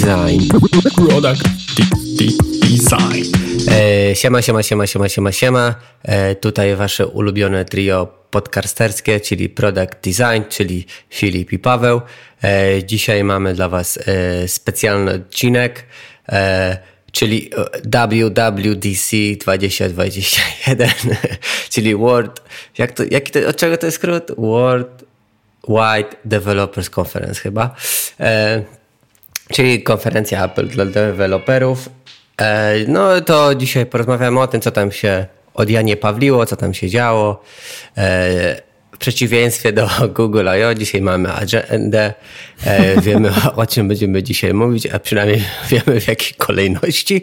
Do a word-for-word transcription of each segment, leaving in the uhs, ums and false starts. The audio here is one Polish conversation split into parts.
Design. Product Design. E, siema, siema, siema, siema, siema, siema. E, tutaj wasze ulubione trio podcasterskie, czyli Product Design, czyli Filip i Paweł. E, dzisiaj mamy dla was e, specjalny odcinek, e, czyli W W D C dwadzieścia dwadzieścia jeden, czyli World, jak to, jaki to, od czego to jest skrót? World Wide Developers Conference chyba, e, czyli konferencja Apple dla deweloperów. E, no to dzisiaj porozmawiamy o tym, co tam się od Janie Pawliło, co tam się działo. E, w przeciwieństwie do Google I O dzisiaj mamy agendę, e, wiemy o, o czym będziemy dzisiaj mówić, a przynajmniej wiemy w jakiej kolejności.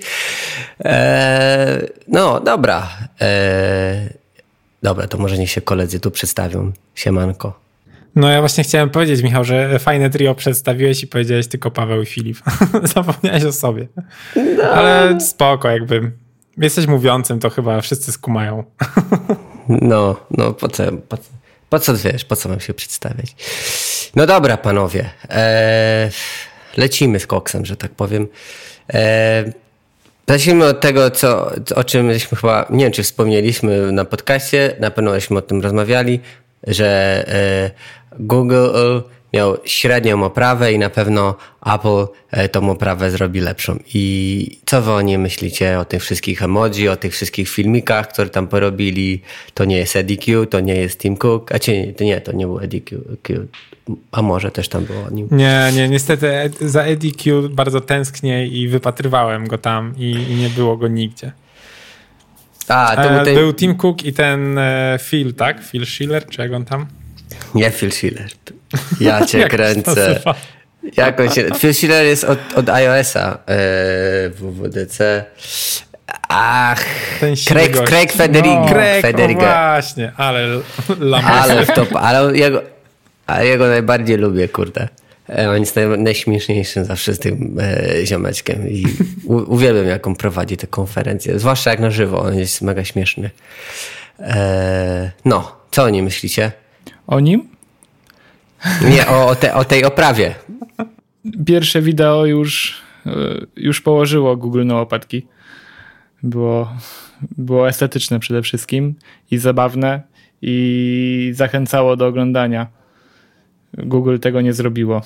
E, no dobra, e, dobra, to może niech się koledzy tu przedstawią. Siemanko. No ja właśnie chciałem powiedzieć, Michał, że fajne trio przedstawiłeś i powiedziałeś tylko Paweł i Filip. Zapomniałeś o sobie. No. Ale spoko, jakby jesteś mówiącym, to chyba wszyscy skumają. No, no po co, po, po co wiesz, po co mam się przedstawiać? No dobra, panowie, e, lecimy z koksem, że tak powiem. E, zacznijmy od tego, co, o czym żeśmy chyba, nie wiem, czy wspomnieliśmy na podcaście, na pewno żeśmy o tym rozmawiali, że e, Google miał średnią oprawę i na pewno Apple tą oprawę zrobi lepszą. I co wy o niej myślicie? O tych wszystkich emoji, o tych wszystkich filmikach, które tam porobili? To nie jest Eddie Q, to nie jest Tim Cook, a czy nie, to nie był Eddie Q, Q, a może też tam było o nim. Nie, nie, niestety za Eddie Q bardzo tęsknię i wypatrywałem go tam i, i nie było go nigdzie. A, to był, ten... był Tim Cook i ten Phil, tak? Phil Schiller, czy jak on tam? Nie Phil Schiller. Ja cię kręcę. Jakoś, Phil Schiller jest od, od iOS-a w W W D C. Ach, Craig, Craig Federighi. No, Craig, Federiga. właśnie, ale ale, w top, ale jego, ale jego najbardziej lubię, kurde. On jest naj, najśmieszniejszym zawsze z tym e, ziomeczkiem i u, uwielbiam, jak on prowadzi te konferencje, zwłaszcza jak na żywo, on jest mega śmieszny. E, no, co o nim myślicie? O nim? Nie, o, o, te, o tej oprawie. Pierwsze wideo już, już położyło Google na łopatki. Było, było estetyczne przede wszystkim i zabawne i zachęcało do oglądania. Google tego nie zrobiło.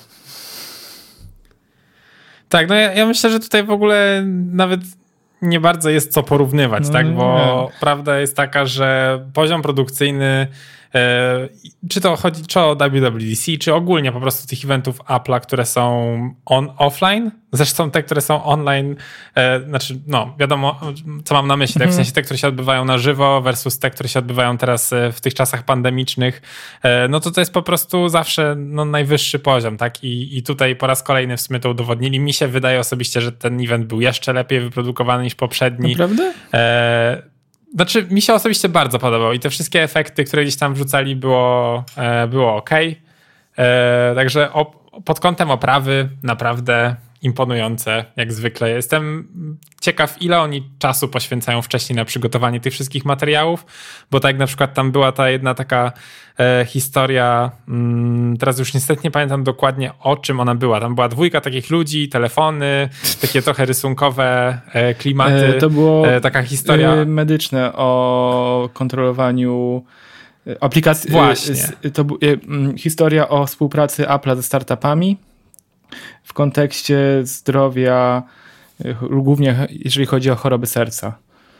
Tak, no ja, ja myślę, że tutaj w ogóle nawet nie bardzo jest co porównywać, no, tak? Bo nie. Prawda jest taka, że poziom produkcyjny, e, czy to chodzi czy o W W D C, czy ogólnie po prostu tych eventów Apple'a, które są on, offline, zresztą te, które są online, e, znaczy no wiadomo, co mam na myśli, tak? W sensie te, które się odbywają na żywo versus te, które się odbywają teraz w tych czasach pandemicznych, e, no to to jest po prostu zawsze no, najwyższy poziom, tak? I, i tutaj po raz kolejny w sumie to udowodnili. Mi się wydaje osobiście, że ten event był jeszcze lepiej wyprodukowany niż poprzedni. Naprawdę? E, Znaczy, mi się osobiście bardzo podobał i te wszystkie efekty, które gdzieś tam wrzucali, było, e, było okej. E, także op, pod kątem oprawy naprawdę imponujące, jak zwykle. Jestem ciekaw, ile oni czasu poświęcają wcześniej na przygotowanie tych wszystkich materiałów, bo tak jak na przykład tam była ta jedna taka e, historia, mm, teraz już niestety nie pamiętam dokładnie, o czym ona była. Tam była dwójka takich ludzi, telefony, takie trochę rysunkowe e, klimaty. E, to było e, taka historia e, medyczne o kontrolowaniu aplikacji. Właśnie. E, to była e, historia o współpracy Apple'a ze startupami w kontekście zdrowia, głównie jeżeli chodzi o choroby serca.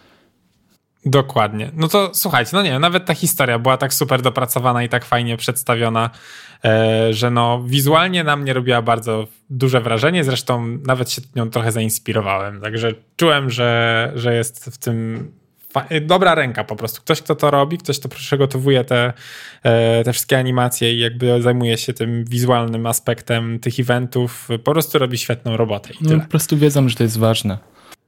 Dokładnie. No to słuchajcie, no nie wiem, nawet ta historia była tak super dopracowana i tak fajnie przedstawiona, e, że no wizualnie na mnie robiła bardzo duże wrażenie, zresztą nawet się nią trochę zainspirowałem, także czułem, że, że jest w tym dobra ręka po prostu. Ktoś, kto to robi, ktoś, kto przygotowuje te, te wszystkie animacje i jakby zajmuje się tym wizualnym aspektem tych eventów, po prostu robi świetną robotę i no, tyle. Po prostu wiedzą, że to jest ważne.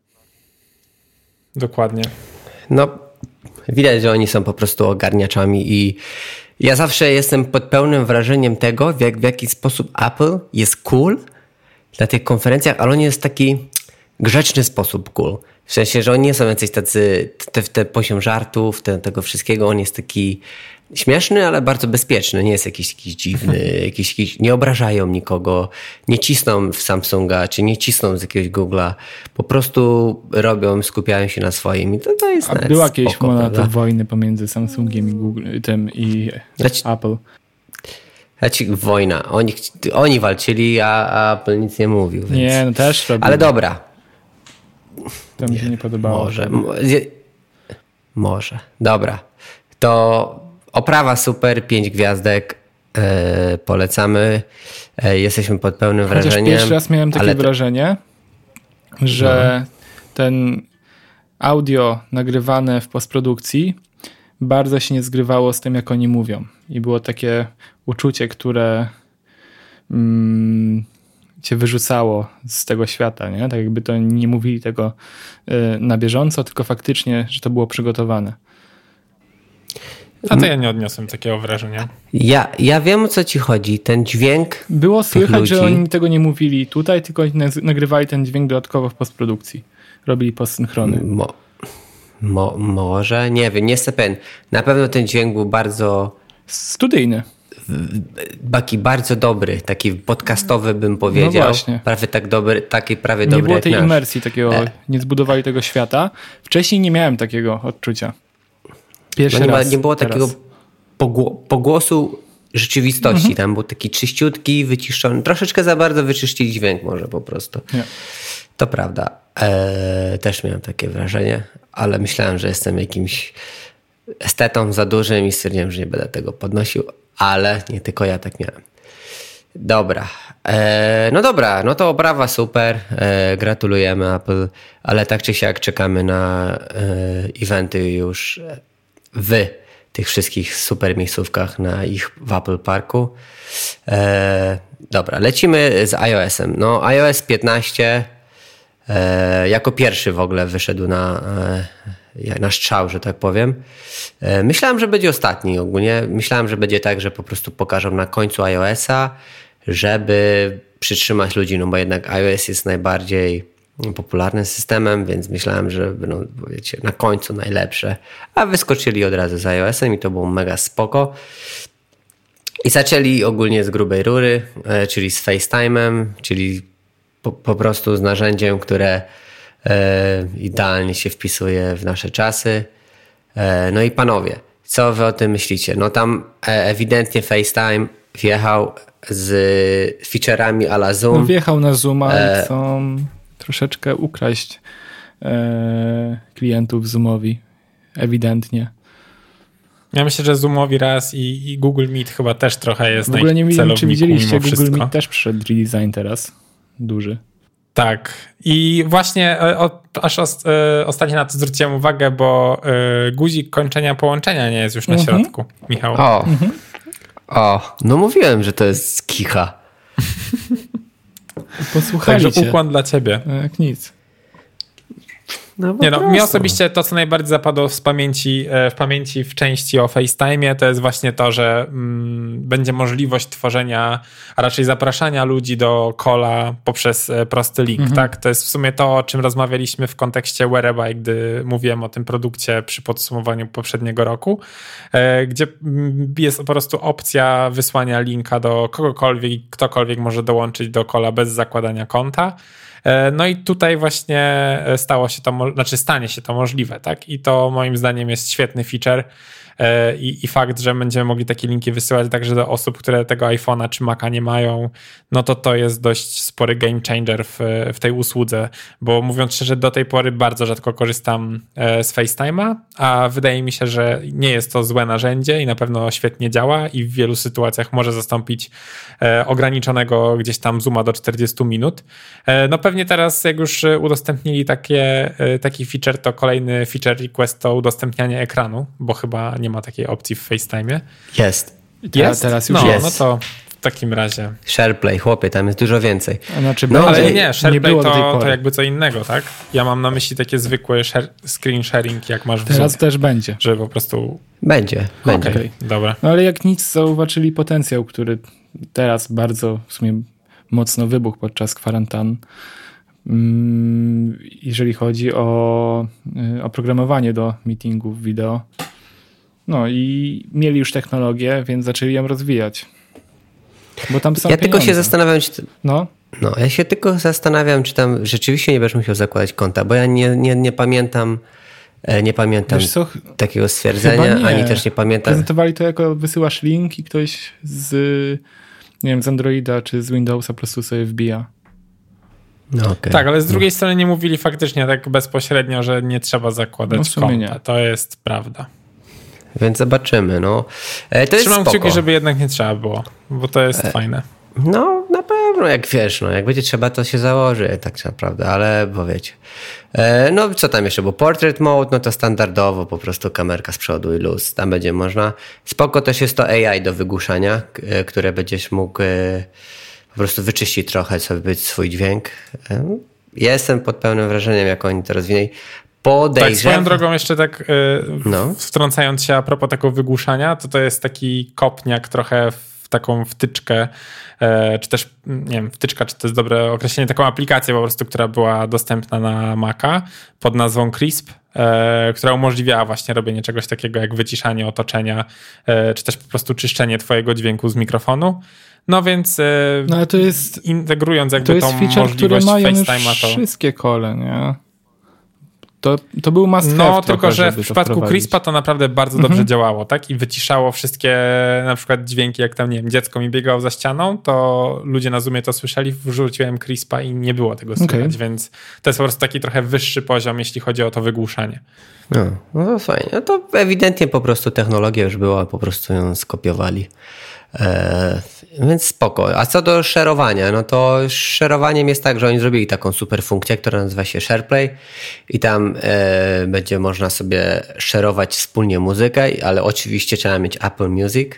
Dokładnie. No, widać, że oni są po prostu ogarniaczami i ja zawsze jestem pod pełnym wrażeniem tego, w, jak, w jaki sposób Apple jest cool na tych konferencjach, ale on jest taki grzeczny sposób cool. W sensie, że oni nie są jacyś tacy, te, te poziom żartów, te, tego wszystkiego, on jest taki śmieszny, ale bardzo bezpieczny. Nie jest jakiś, jakiś dziwny, jakiś, jakiś, nie obrażają nikogo, nie cisną w Samsunga, czy nie cisną z jakiegoś Google'a. Po prostu robią, skupiają się na swoim i to, to jest A nawet była kiedyś spoko, moda prawda? wojny pomiędzy Samsungiem i Google, tym i Znaczy- Apple. Znaczy, wojna. Oni, oni walczyli, a, a Apple nic nie mówił. Więc... Nie, no też robił. Ale dobra. To mi się nie podobało. Może. Mo- je- Może. Dobra. To oprawa super, pięć gwiazdek. E, polecamy. E, jesteśmy pod pełnym Chociaż wrażeniem. pierwszy raz miałem takie ale te- wrażenie, że ten audio nagrywane w postprodukcji bardzo się nie zgrywało z tym, jak oni mówią. I było takie uczucie, które mm, cię wyrzucało z tego świata, nie? Tak jakby to nie mówili tego y, na bieżąco, tylko faktycznie, że to było przygotowane. A to ja nie odniosłem takiego wrażenia. Ja, ja wiem, o co ci chodzi. Ten dźwięk. Było słychać, ludzi. że oni tego nie mówili tutaj, tylko oni naz- nagrywali ten dźwięk dodatkowo w postprodukcji. Robili postsynchrony. Mo, mo, może? Nie wiem, nie jestem pewien. Na pewno ten dźwięk był bardzo. Studyjny. Taki bardzo dobry, taki podcastowy bym powiedział. No właśnie. Prawie tak dobry, taki prawie Nie dobry było jak tej nasz. imersji takiego, E. nie zbudowali tego świata. Wcześniej nie miałem takiego odczucia. Pierwszy No nie, ma, raz nie było teraz. takiego pogło, pogłosu rzeczywistości. Mhm. Tam był taki czyściutki, wyciszony. Troszeczkę za bardzo wyczyścili dźwięk może po prostu. Nie. To prawda. Eee, też miałem takie wrażenie, ale myślałem, że jestem jakimś estetą za dużym i stwierdziłem, że nie będę tego podnosił, ale nie tylko ja tak miałem. Dobra. Eee, no dobra, no to oprawa super. Eee, gratulujemy Apple, ale tak czy siak czekamy na eee, eventy już w tych wszystkich super miejscówkach na ich w Apple Parku. Eee, dobra, lecimy z iOS-em. No iOS piętnaście e, jako pierwszy w ogóle wyszedł na, e, na strzał, że tak powiem. E, myślałem, że będzie ostatni ogólnie. Myślałem, że będzie tak, że po prostu pokażą na końcu iOS-a, żeby przytrzymać ludzi, no bo jednak iOS jest najbardziej popularnym systemem, więc myślałem, że będą, wiecie, na końcu najlepsze, a wyskoczyli od razu z iOS-em i to było mega spoko. I zaczęli ogólnie z grubej rury, e, czyli z FaceTime'em, czyli po, po prostu z narzędziem, które e, idealnie się wpisuje w nasze czasy. E, no i panowie, co wy o tym myślicie? No tam e, ewidentnie FaceTime wjechał z feature'ami a la Zoom. No wjechał na Zooma E... i chcą troszeczkę ukraść e, klientów Zoomowi. Ewidentnie. Ja myślę, że Zoomowi raz i, i Google Meet chyba też trochę jest W ogóle nie wiem, czy widzieliście, mimo Google wszystko. Meet też przyszedł redesign teraz. Duży. Tak. I właśnie e, o, aż os, e, ostatnio na to zwróciłem uwagę, bo e, guzik kończenia połączenia nie jest już na Mhm. środku, Michał. O, o, no mówiłem, że to jest kicha. Posłuchajcie. Także ukłon dla ciebie. Jak nic. No, po Nie no, mi prostu. osobiście to, co najbardziej zapadło z pamięci, w pamięci w części o FaceTime'ie, to jest właśnie to, że mm, będzie możliwość tworzenia, a raczej zapraszania ludzi do calla poprzez prosty link, mhm. tak? To jest w sumie to, o czym rozmawialiśmy w kontekście Whereby, gdy mówiłem o tym produkcie przy podsumowaniu poprzedniego roku, e, gdzie jest po prostu opcja wysłania linka do kogokolwiek i ktokolwiek może dołączyć do calla bez zakładania konta. No i tutaj właśnie stało się to, znaczy stanie się to możliwe, tak? I to moim zdaniem jest świetny feature i, i fakt, że będziemy mogli takie linki wysyłać także do osób, które tego iPhone'a czy Maca nie mają, no to to jest dość spory game changer w, w tej usłudze, bo mówiąc szczerze, do tej pory bardzo rzadko korzystam z FaceTime'a, a wydaje mi się, że nie jest to złe narzędzie i na pewno świetnie działa i w wielu sytuacjach może zastąpić ograniczonego gdzieś tam Zooma do czterdziestu minut. No pewnie teraz, jak już udostępnili takie, taki feature, to kolejny feature request to udostępnianie ekranu, bo chyba nie ma takiej opcji w FaceTime'ie. Jest. Jest? Teraz już no, jest. No to w takim razie. SharePlay, chłopie, tam jest dużo więcej. Znaczy, No, będzie, Ale nie, SharePlay było do tej to, pory. to jakby co innego, tak? Ja mam na myśli takie zwykłe share, screen sharing, jak masz w Teraz Zoom, też będzie. że po prostu... Będzie, będzie. Okej. Dobra. No ale jak nic, zauważyli potencjał, który teraz bardzo w sumie mocno wybuchł podczas kwarantan. Jeżeli chodzi o oprogramowanie do meetingów wideo. No i mieli już technologię, więc zaczęli ją rozwijać. Bo tam są Ja pieniądze. tylko się zastanawiam, czy... No. No, ja się tylko zastanawiam, czy tam rzeczywiście nie będziesz musiał zakładać konta, bo ja nie, nie, nie pamiętam nie pamiętam co, takiego stwierdzenia, nie. ani też nie pamiętam. Prezentowali to jako wysyłasz link i ktoś z, nie wiem, z Androida czy z Windowsa po prostu sobie wbija. No, okay. Tak, ale z drugiej no. strony nie mówili faktycznie tak bezpośrednio, że nie trzeba zakładać no, konta. Nie. To jest prawda. Więc zobaczymy. No. E, to Trzymam jest kciuki, żeby jednak nie trzeba było, bo to jest e, fajne. No, na pewno, jak wiesz, no, jak będzie trzeba, to się założy tak naprawdę, ale bo wiecie. E, no, co tam jeszcze było? Portrait mode, no to standardowo po prostu kamerka z przodu i luz. Tam będzie można. Spoko też jest to A I do wygłuszania, k- które będziesz mógł e, po prostu wyczyścić trochę, sobie być swój dźwięk. E, jestem pod pełnym wrażeniem, jak oni to rozwinęli. Podejrzewam. Tak, swoją drogą jeszcze tak yy, no. wtrącając się a propos takiego wygłuszania, to to jest taki kopniak trochę w taką wtyczkę, yy, czy też, nie wiem, wtyczka, czy to jest dobre określenie, taką aplikację po prostu, która była dostępna na Maca pod nazwą Crisp, yy, która umożliwiała właśnie robienie czegoś takiego jak wyciszanie otoczenia, yy, czy też po prostu czyszczenie twojego dźwięku z mikrofonu. No więc yy, no, ale to jest, integrując jakby to jest tą feature, możliwość FaceTime'a, to wszystkie kole, nie? To, to był must have. No, trochę, tylko że w przypadku Crispa to naprawdę bardzo mhm. dobrze działało, tak? I wyciszało wszystkie na przykład dźwięki, jak tam, nie wiem, dziecko mi biegało za ścianą, to ludzie na Zoomie to słyszeli, wrzuciłem Crispa i nie było tego słychać, okay. Więc to jest po prostu taki trochę wyższy poziom, jeśli chodzi o to wygłuszanie. No, no to fajnie. No to ewidentnie po prostu technologia już była, po prostu ją skopiowali. Eee, więc spoko. A co do share'owania, no to share'owaniem jest tak, że oni zrobili taką super funkcję, która nazywa się SharePlay i tam e, będzie można sobie share'ować wspólnie muzykę, ale oczywiście trzeba mieć Apple Music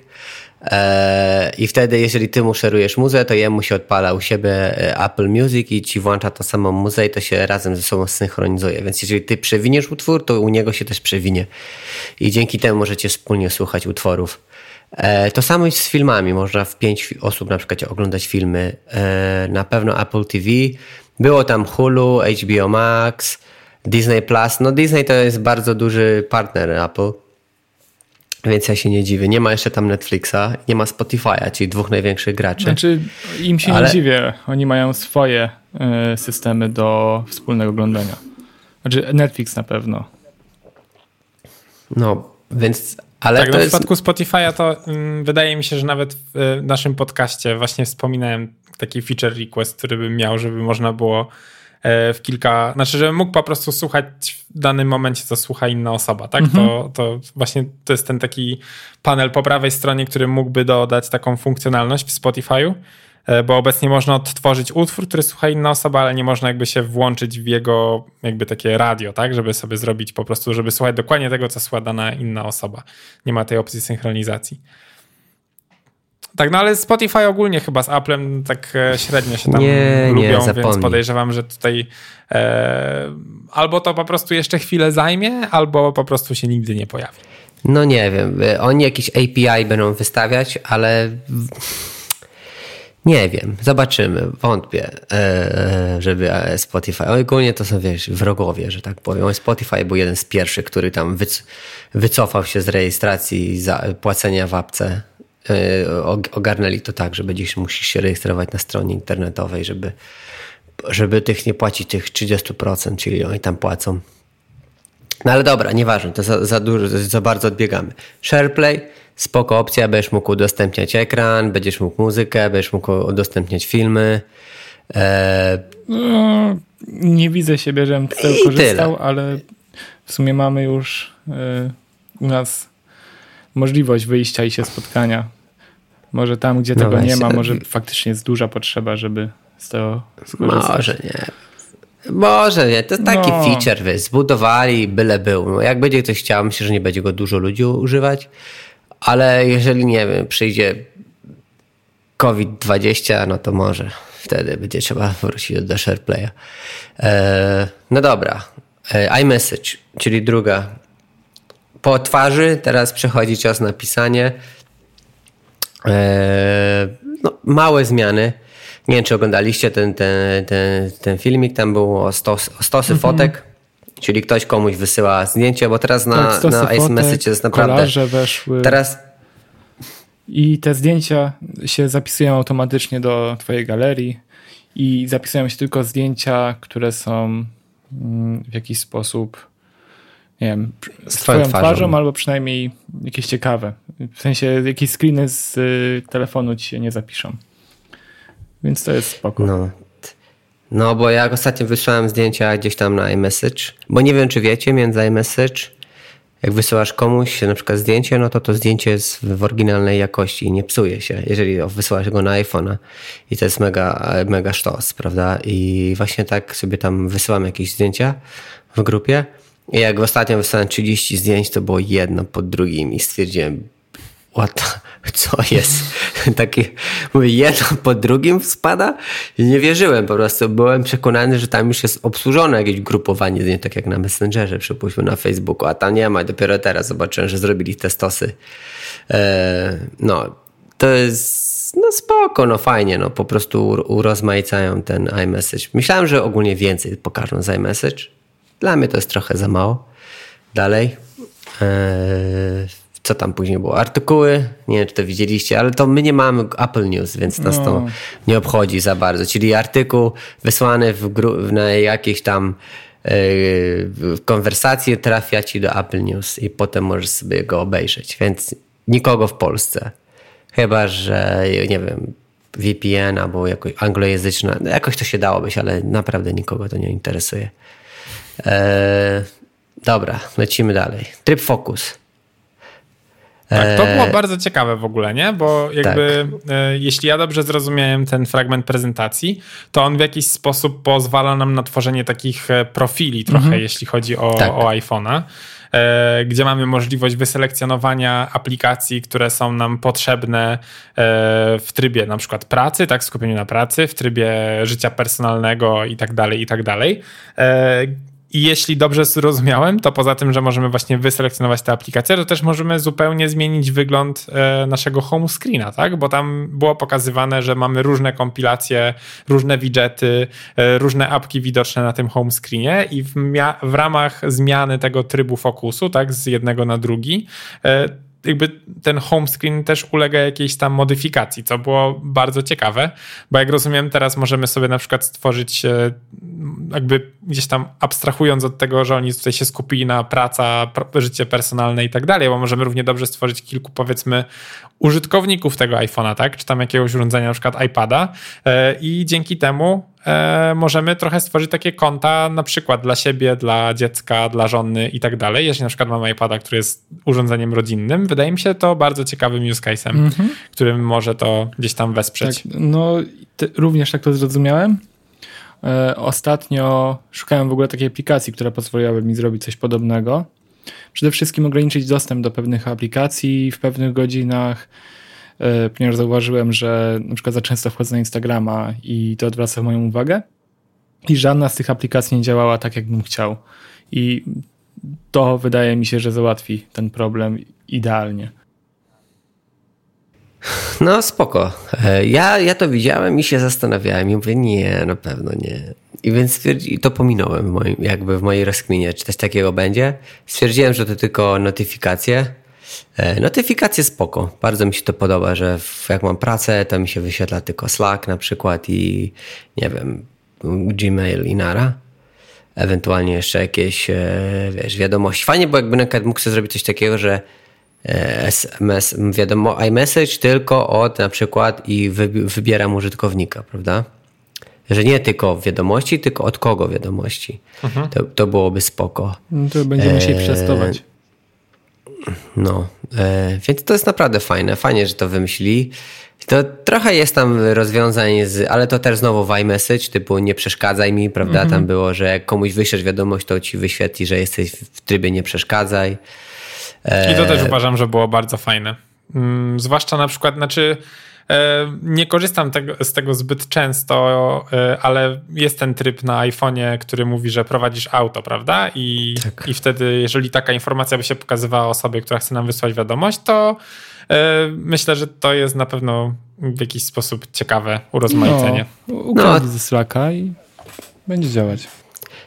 e, i wtedy jeżeli ty mu share'ujesz muzę, to jemu się odpala u siebie Apple Music i ci włącza tą samą muzę i to się razem ze sobą synchronizuje, więc jeżeli ty przewiniesz utwór, to u niego się też przewinie i dzięki temu możecie wspólnie słuchać utworów. To samo jest z filmami. Można w pięć osób na przykład oglądać filmy. Na pewno Apple T V. Było tam Hulu, H B O Max, Disney Plus. No Disney to jest bardzo duży partner Apple. Więc ja się nie dziwię. Nie ma jeszcze tam Netflixa, nie ma Spotify'a, czyli dwóch największych graczy. Znaczy im się Ale... nie dziwię. Oni mają swoje y, systemy do wspólnego oglądania. Znaczy Netflix na pewno. No, więc... Ale tak, to no w jest... przypadku Spotify'a to um, wydaje mi się, że nawet w y, naszym podcaście właśnie wspominałem taki feature request, który bym miał, żeby można było y, w kilka, znaczy, żeby mógł po prostu słuchać w danym momencie, co słucha inna osoba, tak? Mhm. To, to właśnie to jest ten taki panel po prawej stronie, który mógłby dodać taką funkcjonalność w Spotify'u, y, bo obecnie można odtworzyć utwór, który słucha inna osoba, ale nie można jakby się włączyć w jego jakby takie radio, tak? Żeby sobie zrobić po prostu, żeby słuchać dokładnie tego, co słucha dana inna osoba. Nie ma tej opcji synchronizacji. Tak, no ale Spotify ogólnie chyba z Applem tak średnio się tam nie, lubią, nie, więc podejrzewam, że tutaj e, albo to po prostu jeszcze chwilę zajmie, albo po prostu się nigdy nie pojawi. No nie wiem, oni jakieś A P I będą wystawiać, ale... Nie wiem, zobaczymy, wątpię, żeby Spotify, ogólnie to są, wiesz, wrogowie, że tak powiem. Spotify był jeden z pierwszych, który tam wycofał się z rejestracji za płacenia w apce. Ogarnęli to tak, że będziesz musisz się rejestrować na stronie internetowej, żeby, żeby tych nie płacić tych trzydzieści procent, czyli oni tam płacą. No ale dobra, nieważne, to za, za, dużo, za bardzo odbiegamy. SharePlay, spoko opcja, będziesz mógł udostępniać ekran, będziesz mógł muzykę, będziesz mógł udostępniać filmy. E... No, nie widzę siebie, żebym z tego korzystał, ale w sumie mamy już y, u nas możliwość wyjścia i się spotkania. Może tam, gdzie no tego właśnie. nie ma, może faktycznie jest duża potrzeba, żeby z tego skorzystać. Może nie. Może nie, to jest taki no. feature, wiesz, zbudowali, byle był. No, jak będzie ktoś chciał, myślę, że nie będzie go dużo ludzi używać, ale jeżeli, nie wiem, przyjdzie COVID dwadzieścia, no to może wtedy będzie trzeba wrócić do SharePlaya. E, no dobra, e, iMessage, czyli druga. Po twarzy teraz przechodzi czas na pisanie. E, no, małe zmiany. Nie wiem, czy oglądaliście ten, ten, ten, ten filmik, tam było o, stos, o stosy mm-hmm. fotek Czyli ktoś komuś wysyła zdjęcie, bo teraz na, tak, na iMessage jest naprawdę... weszły. Teraz... I te zdjęcia się zapisują automatycznie do twojej galerii i zapisują się tylko zdjęcia, które są w jakiś sposób, nie wiem, z, z twoją twarzą. twarzą albo przynajmniej jakieś ciekawe. W sensie jakieś screeny z y, telefonu ci się nie zapiszą. Więc to jest spoko. No. no, bo ja ostatnio wysłałem zdjęcia gdzieś tam na iMessage, bo nie wiem, czy wiecie, między iMessage, jak wysyłasz komuś na przykład zdjęcie, no to to zdjęcie jest w oryginalnej jakości i nie psuje się, jeżeli wysyłasz go na iPhone'a. I to jest mega, mega sztos, prawda? I właśnie tak sobie tam wysyłam jakieś zdjęcia w grupie. I jak ostatnio wysłałem trzydzieści zdjęć, to było jedno pod drugim i stwierdziłem, what, co jest? Takie, mówię, jedno po drugim spada i nie wierzyłem po prostu. Byłem przekonany, że tam już jest obsłużone jakieś grupowanie zdjęć, tak jak na Messengerze, przypuśćmy na Facebooku, a tam nie ma. Dopiero teraz zobaczyłem, że zrobili te stosy. Eee, no, to jest no spoko, no fajnie, no po prostu urozmaicają ten iMessage. Myślałem, że ogólnie więcej pokażą z iMessage. Dla mnie to jest trochę za mało. Dalej. Eee, Co tam później było? Artykuły? Nie wiem, czy to widzieliście, ale to my nie mamy Apple News, więc nas no. to nie obchodzi za bardzo. Czyli artykuł wysłany w gru- na jakieś tam yy, konwersacje trafia ci do Apple News i potem możesz sobie go obejrzeć. Więc nikogo w Polsce. Chyba, że nie wiem, V P N albo jakoś anglojęzyczna. Jakoś to się dało być, ale naprawdę nikogo to nie interesuje. Yy, dobra, lecimy dalej. Tryb Focus. Tak, to było bardzo ciekawe w ogóle, nie? Bo jakby tak. e, jeśli ja dobrze zrozumiałem ten fragment prezentacji, to on w jakiś sposób pozwala nam na tworzenie takich profili trochę, mhm. jeśli chodzi o, tak. o iPhone'a, e, gdzie mamy możliwość wyselekcjonowania aplikacji, które są nam potrzebne e, w trybie na przykład pracy, tak, skupieniu na pracy, w trybie życia personalnego i tak dalej, i tak dalej. E, I jeśli dobrze zrozumiałem, to poza tym, że możemy właśnie wyselekcjonować te aplikacje, to też możemy zupełnie zmienić wygląd e, naszego home screena, tak? Bo tam było pokazywane, że mamy różne kompilacje, różne widgety, e, różne apki widoczne na tym home screenie i w, mia- w ramach zmiany tego trybu fokusu, tak, z jednego na drugi, e, jakby ten home screen też ulega jakiejś tam modyfikacji, co było bardzo ciekawe, bo jak rozumiem, teraz możemy sobie na przykład stworzyć, jakby gdzieś tam abstrahując od tego, że oni tutaj się skupili na praca, życie personalne i tak dalej, bo możemy równie dobrze stworzyć kilku, powiedzmy, użytkowników tego iPhone'a, tak? Czy tam jakiegoś urządzenia, na przykład iPada i dzięki temu E, możemy trochę stworzyć takie konta na przykład dla siebie, dla dziecka, dla żony i tak dalej. Jeśli na przykład mamy iPada, który jest urządzeniem rodzinnym, wydaje mi się to bardzo ciekawym use case'em, mm-hmm. którym może to gdzieś tam wesprzeć. Tak, no ty, również tak to zrozumiałem. E, ostatnio szukałem w ogóle takiej aplikacji, która pozwoliłaby mi zrobić coś podobnego. Przede wszystkim ograniczyć dostęp do pewnych aplikacji w pewnych godzinach, ponieważ zauważyłem, że na przykład za często wchodzę na Instagrama i to odwraca moją uwagę i żadna z tych aplikacji nie działała tak, jakbym chciał. I to wydaje mi się, że załatwi ten problem idealnie. No spoko. Ja, ja to widziałem i się zastanawiałem i mówię, nie, na pewno nie. I więc stwierdzi, to pominąłem w moim, jakby w mojej rozkminie, czy coś takiego będzie. Stwierdziłem, że to tylko notyfikacje. Notyfikacje spoko. Bardzo mi się to podoba, że jak mam pracę, to mi się wyświetla tylko Slack na przykład i nie wiem, Gmail i nara. Ewentualnie jeszcze jakieś, wiesz, wiadomości. Fajnie, bo jakby na przykład mógł sobie zrobić coś takiego, że S M S, wiadomo, iMessage tylko od na przykład i wybieram użytkownika, prawda? Że nie tylko wiadomości, tylko od kogo wiadomości. Mhm. To, to byłoby spoko. No to będziemy musieli przetestować. No, e, więc to jest naprawdę fajne. Fajnie, że to wymyślili. To trochę jest tam rozwiązań, z, ale to też znowu w iMessage, typu nie przeszkadzaj mi, prawda? Mm-hmm. Tam było, że jak komuś wyślesz wiadomość, to ci wyświetli, że jesteś w trybie nie przeszkadzaj. E... I to też uważam, że było bardzo fajne. Mm, zwłaszcza na przykład, znaczy nie korzystam tego, z tego zbyt często, ale jest ten tryb na iPhone'ie, który mówi, że prowadzisz auto, prawda? I, tak. I wtedy, jeżeli taka informacja by się pokazywała osobie, która chce nam wysłać wiadomość, to myślę, że to jest na pewno w jakiś sposób ciekawe urozmaicenie. No, ukradnij no. ze Slacka i będzie działać.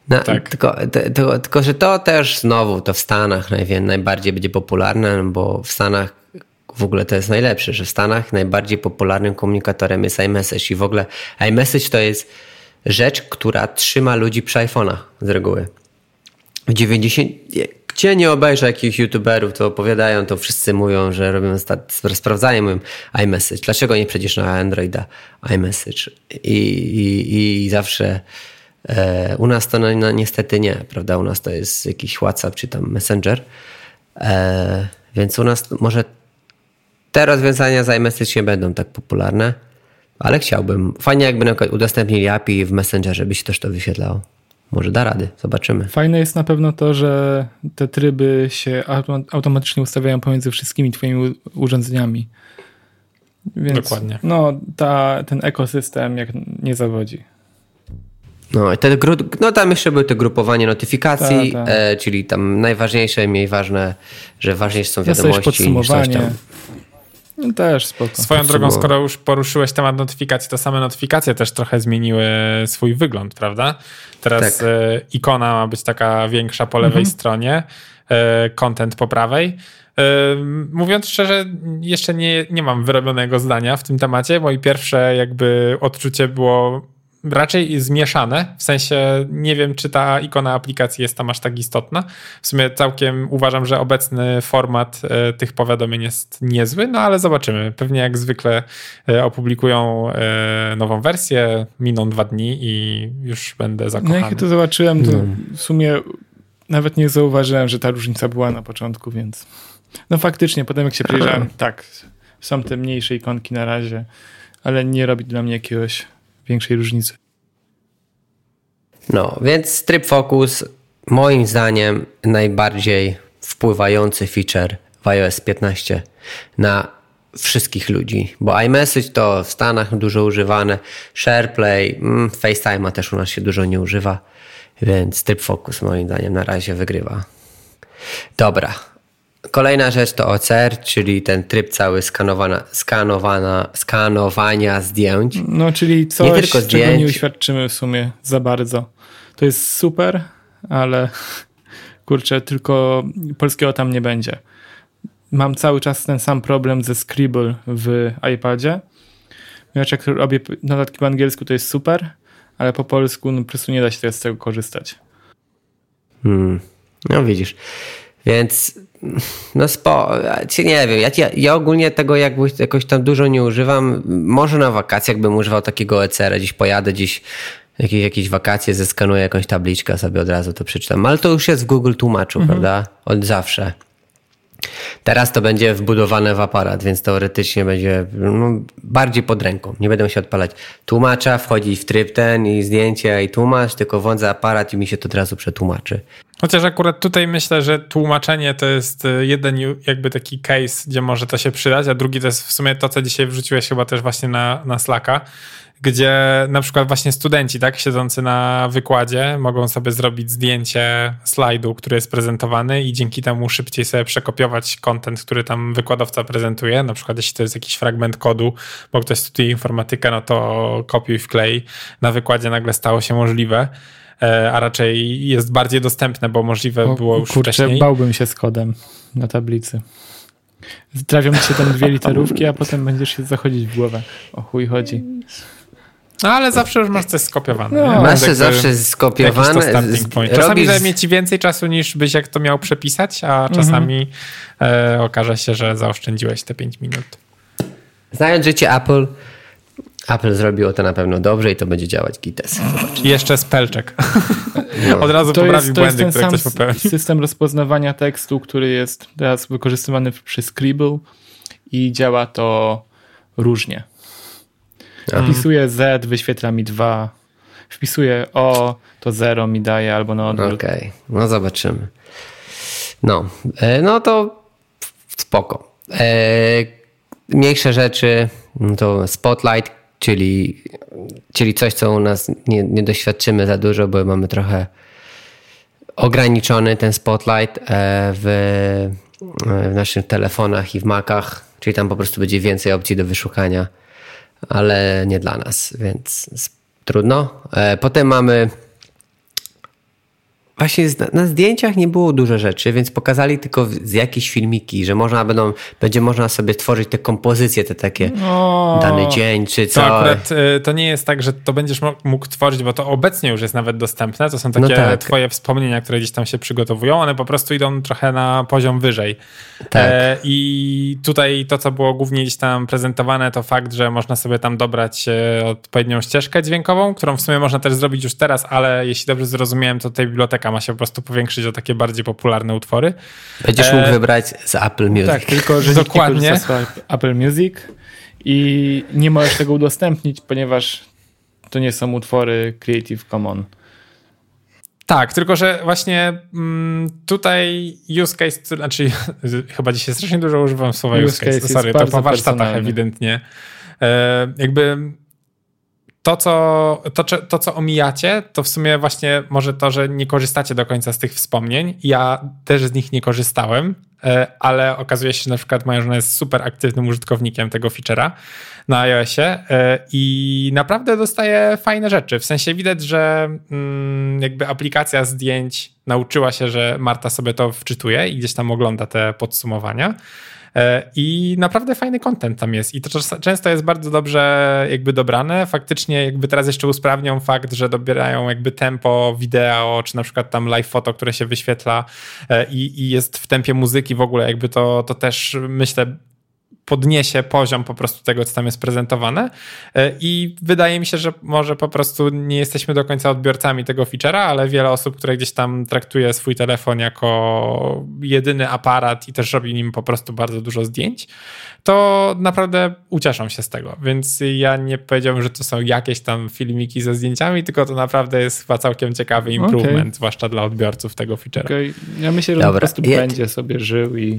No, tak. tylko, to, tylko, że to też znowu to w Stanach najwię, najbardziej będzie popularne, bo w Stanach w ogóle to jest najlepsze, że w Stanach najbardziej popularnym komunikatorem jest iMessage i w ogóle iMessage to jest rzecz, która trzyma ludzi przy iPhone'ach z reguły. W dziewięćdziesiątym Gdzie nie obejrzę jakichś youtuberów, to opowiadają, to wszyscy mówią, że robią, sprawdzają mówią iMessage. Dlaczego nie przejdziesz na Androida iMessage? I, i, i zawsze e, u nas to no, no, niestety nie, prawda? U nas to jest jakiś WhatsApp czy tam Messenger. E, więc u nas może te rozwiązania z iMessage nie będą tak popularne, ale chciałbym. Fajnie jakby na przykład udostępnili A P I w Messengerze, by się też to wyświetlało. Może da rady, zobaczymy. Fajne jest na pewno to, że te tryby się automatycznie ustawiają pomiędzy wszystkimi twoimi urządzeniami. Więc dokładnie. No, ta, ten ekosystem jak nie zawodzi. No, i te gru- no tam jeszcze były te grupowanie notyfikacji, ta, ta. E, czyli tam najważniejsze, mniej ważne, że ważniejsze są wiadomości. Podsumowanie. Niż coś tam. No też spoko. Swoją drogą, skoro już poruszyłeś temat notyfikacji, to same notyfikacje też trochę zmieniły swój wygląd, prawda? Teraz tak. e, ikona ma być taka większa po lewej mhm. stronie, e, content po prawej. E, mówiąc szczerze, jeszcze nie, nie mam wyrobionego zdania w tym temacie. Moje pierwsze jakby odczucie było raczej zmieszane, w sensie nie wiem, czy ta ikona aplikacji jest tam aż tak istotna. W sumie całkiem uważam, że obecny format e, tych powiadomień jest niezły, no ale zobaczymy. Pewnie jak zwykle e, opublikują e, nową wersję, miną dwa dni i już będę zakochany. No jak to zobaczyłem, to w sumie nawet nie zauważyłem, że ta różnica była na początku, więc no faktycznie, potem jak się przyjrzałem, tak, są te mniejsze ikonki na razie, ale nie robi dla mnie jakiegoś większej różnicy. No, więc Trip Focus moim zdaniem najbardziej wpływający feature w iOS piętnaście na wszystkich ludzi, bo iMessage to w Stanach dużo używane, SharePlay, mm, FaceTime'a też u nas się dużo nie używa, więc Trip Focus moim zdaniem na razie wygrywa. Dobra. Kolejna rzecz to O C R, czyli ten tryb cały skanowana, skanowana, skanowania zdjęć. No, czyli coś, nie tylko zdjęć, czego nie uświadczymy w sumie za bardzo. To jest super, ale kurczę, tylko polskiego tam nie będzie. Mam cały czas ten sam problem ze Scribble w iPadzie. Ponieważ jak robię notatki po angielsku, to jest super, ale po polsku no, po prostu nie da się z tego korzystać. Hmm. No widzisz. Więc no spo, nie wiem, ja, ja, ja ogólnie tego jakby jakoś tam dużo nie używam. Może na wakacjach bym używał takiego O C R-a, gdzieś pojadę, gdzieś jakieś, jakieś wakacje, zeskanuję jakąś tabliczkę, sobie od razu to przeczytam. Ale to już jest w Google Tłumaczu, mhm. prawda? Od zawsze. Teraz to będzie wbudowane w aparat, więc teoretycznie będzie no, bardziej pod ręką. Nie będę się odpalać tłumacza, wchodzić w tryb ten i zdjęcie i tłumacz, tylko włączę aparat i mi się to od razu przetłumaczy. Chociaż akurat tutaj myślę, że tłumaczenie to jest jeden jakby taki case, gdzie może to się przydać, a drugi to jest w sumie to, co dzisiaj wrzuciłeś chyba też właśnie na, na Slacka, gdzie na przykład właśnie studenci, tak, siedzący na wykładzie mogą sobie zrobić zdjęcie slajdu, który jest prezentowany i dzięki temu szybciej sobie przekopiować content, który tam wykładowca prezentuje. Na przykład jeśli to jest jakiś fragment kodu, bo ktoś studiuje informatykę, no to kopiuj, wklej. Na wykładzie nagle stało się możliwe, a raczej jest bardziej dostępne, bo możliwe o, było już kurczę, wcześniej. Bałbym się z kodem na tablicy. Trafią mi się tam dwie literówki, a potem będziesz się zachodzić w głowę. O chuj chodzi. No ale zawsze już masz coś skopiowane. No, masz zawsze skopiowane. Czasami robisz... zajmie ci więcej czasu niż byś jak to miał przepisać, a czasami mhm. e, okaże się, że zaoszczędziłeś te pięć minut. Znając życie Apple, Apple zrobiło to na pewno dobrze i to będzie działać gites. I jeszcze spellcheck. No. Od razu to poprawi jest, błędy, które ktoś popełnił. System rozpoznawania tekstu, który jest teraz wykorzystywany przy Scribble i działa to różnie. Wpisuję Z, wyświetla mi dwa. Wpisuję O, to zero mi daje albo na odwrót. Okej, okay. No zobaczymy. No, no to spoko. Mniejsze rzeczy to Spotlight, czyli, czyli coś, co u nas nie, nie doświadczymy za dużo, bo mamy trochę ograniczony ten Spotlight w, w naszych telefonach i w Macach, czyli tam po prostu będzie więcej opcji do wyszukania, ale nie dla nas, więc trudno. Potem mamy właśnie na zdjęciach nie było dużo rzeczy, więc pokazali tylko z jakieś filmiki, że można będą, będzie można sobie tworzyć te kompozycje, te takie o, dany dzień, czy co. To akurat y, to nie jest tak, że to będziesz mógł tworzyć, bo to obecnie już jest nawet dostępne. To są takie no tak. twoje wspomnienia, które gdzieś tam się przygotowują. One po prostu idą trochę na poziom wyżej. Tak. E, I tutaj to, co było głównie gdzieś tam prezentowane, to fakt, że można sobie tam dobrać e, odpowiednią ścieżkę dźwiękową, którą w sumie można też zrobić już teraz, ale jeśli dobrze zrozumiałem, to tutaj biblioteka ma się po prostu powiększyć o takie bardziej popularne utwory. Będziesz mógł e... wybrać z Apple Music. Tak, tylko że dokładnie nikt nie korzysta z Apple Music i nie możesz tego udostępnić, ponieważ to nie są utwory Creative Commons. Tak, tylko że właśnie mm, tutaj use case, znaczy chyba dzisiaj strasznie dużo używam słowa use, use case, sorry, to po warsztatach ewidentnie. E, jakby To co, to, to, co omijacie, to w sumie właśnie może to, że nie korzystacie do końca z tych wspomnień. Ja też z nich nie korzystałem, ale okazuje się, że na przykład moja żona jest super aktywnym użytkownikiem tego feature'a na iOSie i naprawdę dostaje fajne rzeczy. W sensie widać, że jakby aplikacja zdjęć nauczyła się, że Marta sobie to wczytuje i gdzieś tam ogląda te podsumowania. I naprawdę fajny content tam jest i to często jest bardzo dobrze jakby dobrane. Faktycznie jakby teraz jeszcze usprawnią fakt, że dobierają jakby tempo wideo, czy na przykład tam live foto, które się wyświetla i, i jest w tempie muzyki w ogóle jakby to, to też myślę podniesie poziom po prostu tego, co tam jest prezentowane i wydaje mi się, że może po prostu nie jesteśmy do końca odbiorcami tego feature'a, ale wiele osób, które gdzieś tam traktuje swój telefon jako jedyny aparat i też robi nim po prostu bardzo dużo zdjęć, to naprawdę ucieszą się z tego, więc ja nie powiedziałbym, że to są jakieś tam filmiki ze zdjęciami, tylko to naprawdę jest chyba całkiem ciekawy improvement, okay. zwłaszcza dla odbiorców tego feature'a. Okay. Ja myślę, że Dobra. po prostu ja... będzie sobie żył i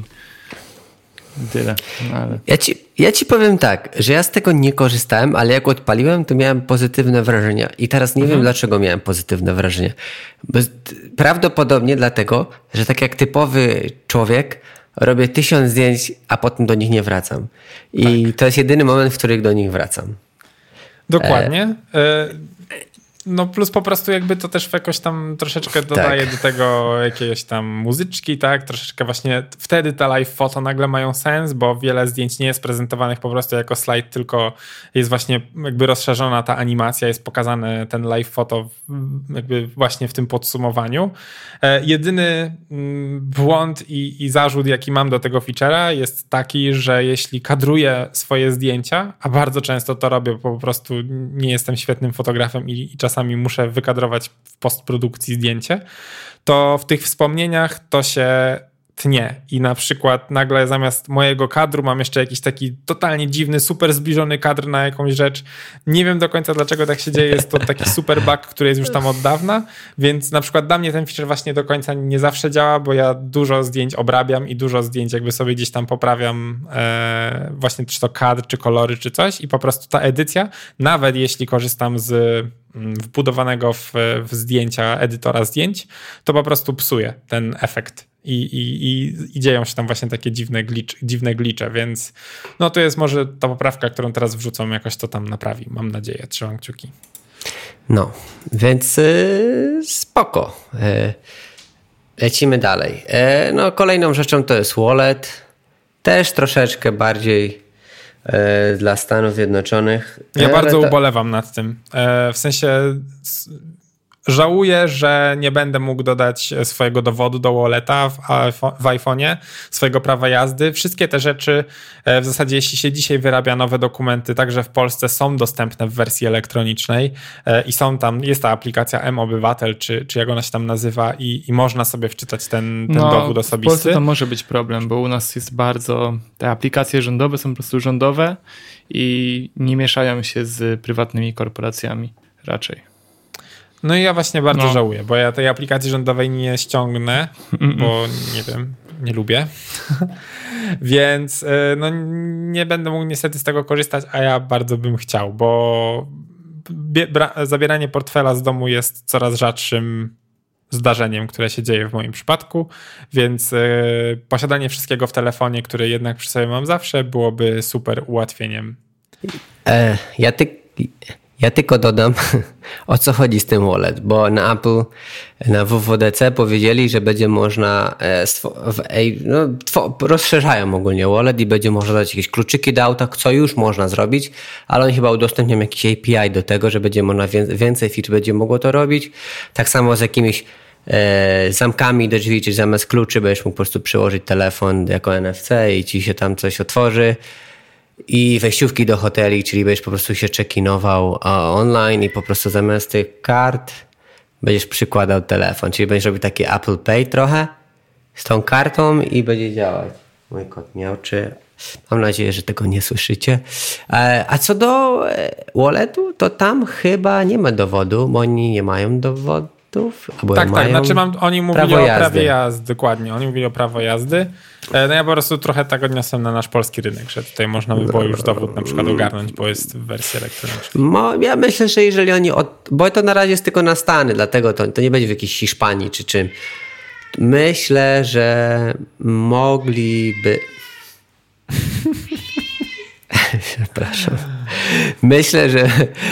tyle. No ale... ja, ci, ja ci powiem tak, że ja z tego nie korzystałem, ale jak odpaliłem, to miałem pozytywne wrażenia. I teraz nie mhm. wiem, dlaczego miałem pozytywne wrażenia. Bo prawdopodobnie dlatego, że tak jak typowy człowiek robię tysiąc zdjęć, a potem do nich nie wracam. I tak. to jest jedyny moment, w którym do nich wracam. Dokładnie. E... No plus po prostu jakby to też jakoś tam troszeczkę dodaje tak. do tego jakiegoś tam muzyczki, tak? Troszeczkę właśnie wtedy te live foto nagle mają sens, bo wiele zdjęć nie jest prezentowanych po prostu jako slajd, tylko jest właśnie jakby rozszerzona ta animacja, jest pokazany ten live foto jakby właśnie w tym podsumowaniu. E, jedyny mm, błąd i, i zarzut, jaki mam do tego feature'a jest taki, że jeśli kadruję swoje zdjęcia, a bardzo często to robię, bo po prostu nie jestem świetnym fotografem i, i czasami muszę wykadrować w postprodukcji zdjęcie, to w tych wspomnieniach to się tnie i na przykład nagle zamiast mojego kadru mam jeszcze jakiś taki totalnie dziwny, super zbliżony kadr na jakąś rzecz. Nie wiem do końca dlaczego tak się dzieje, jest to taki super bug, który jest już tam od dawna, więc na przykład dla mnie ten feature właśnie do końca nie zawsze działa, bo ja dużo zdjęć obrabiam i dużo zdjęć jakby sobie gdzieś tam poprawiam e, właśnie czy to kadr, czy kolory, czy coś i po prostu ta edycja, nawet jeśli korzystam z wbudowanego w, w zdjęcia edytora zdjęć, to po prostu psuje ten efekt i, i, i, i dzieją się tam właśnie takie dziwne, glitch, dziwne glicze, więc no to jest może ta poprawka, którą teraz wrzucą, jakoś to tam naprawi, mam nadzieję, trzymam kciuki. No, więc yy, spoko. Yy, lecimy dalej. Yy, no kolejną rzeczą to jest wallet, też troszeczkę bardziej dla Stanów Zjednoczonych. Ja bardzo to... ubolewam nad tym. W sensie żałuję, że nie będę mógł dodać swojego dowodu do walleta w, w iPhone'ie, swojego prawa jazdy. Wszystkie te rzeczy w zasadzie jeśli się dzisiaj wyrabia nowe dokumenty, także w Polsce są dostępne w wersji elektronicznej i są tam, jest ta aplikacja M-Obywatel, czy, czy jak ona się tam nazywa i, i można sobie wczytać ten, ten no, dowód osobisty. W Polsce to może być problem, bo u nas jest bardzo, te aplikacje rządowe są po prostu rządowe i nie mieszają się z prywatnymi korporacjami raczej. No i ja właśnie bardzo no. żałuję, bo ja tej aplikacji rządowej nie ściągnę, Mm-mm. bo nie wiem, nie lubię. Więc no, nie będę mógł niestety z tego korzystać, a ja bardzo bym chciał, bo bra- zabieranie portfela z domu jest coraz rzadszym zdarzeniem, które się dzieje w moim przypadku, więc y, posiadanie wszystkiego w telefonie, które jednak przy sobie mam zawsze, byłoby super ułatwieniem. E, ja ty... Ja tylko dodam, o co chodzi z tym wallet, bo na Apple, na W W D C powiedzieli, że będzie można, no, rozszerzają ogólnie wallet i będzie można dać jakieś kluczyki do auta, co już można zrobić, ale oni chyba udostępnią jakiś A P I do tego, że będzie można więcej feature będzie mogło to robić. Tak samo z jakimiś e, zamkami do drzwi, czyli zamiast kluczy będziesz mógł po prostu przyłożyć telefon jako N F C i ci się tam coś otworzy. I wejściówki do hoteli, czyli będziesz po prostu się check-inował online i po prostu zamiast tych kart będziesz przykładał telefon, czyli będziesz robił taki Apple Pay trochę z tą kartą i będzie działać. Mój kot miauczy. Mam nadzieję, że tego nie słyszycie. A co do walletu, to tam chyba nie ma dowodu, bo oni nie mają dowodów. Albo tak, mają tak. Znaczy mam, oni mówili o prawie jazdy, dokładnie. Oni mówili o prawo jazdy. No ja po prostu trochę tak odniosłem na nasz polski rynek, że tutaj można by było już dowód na przykład ogarnąć, bo jest w wersji elektronicznej. No, ja myślę, że jeżeli oni... Od... Bo to na razie jest tylko na Stany, dlatego to, to nie będzie w jakiejś Hiszpanii czy czym. Myślę, że mogliby... Przepraszam. Myślę, że...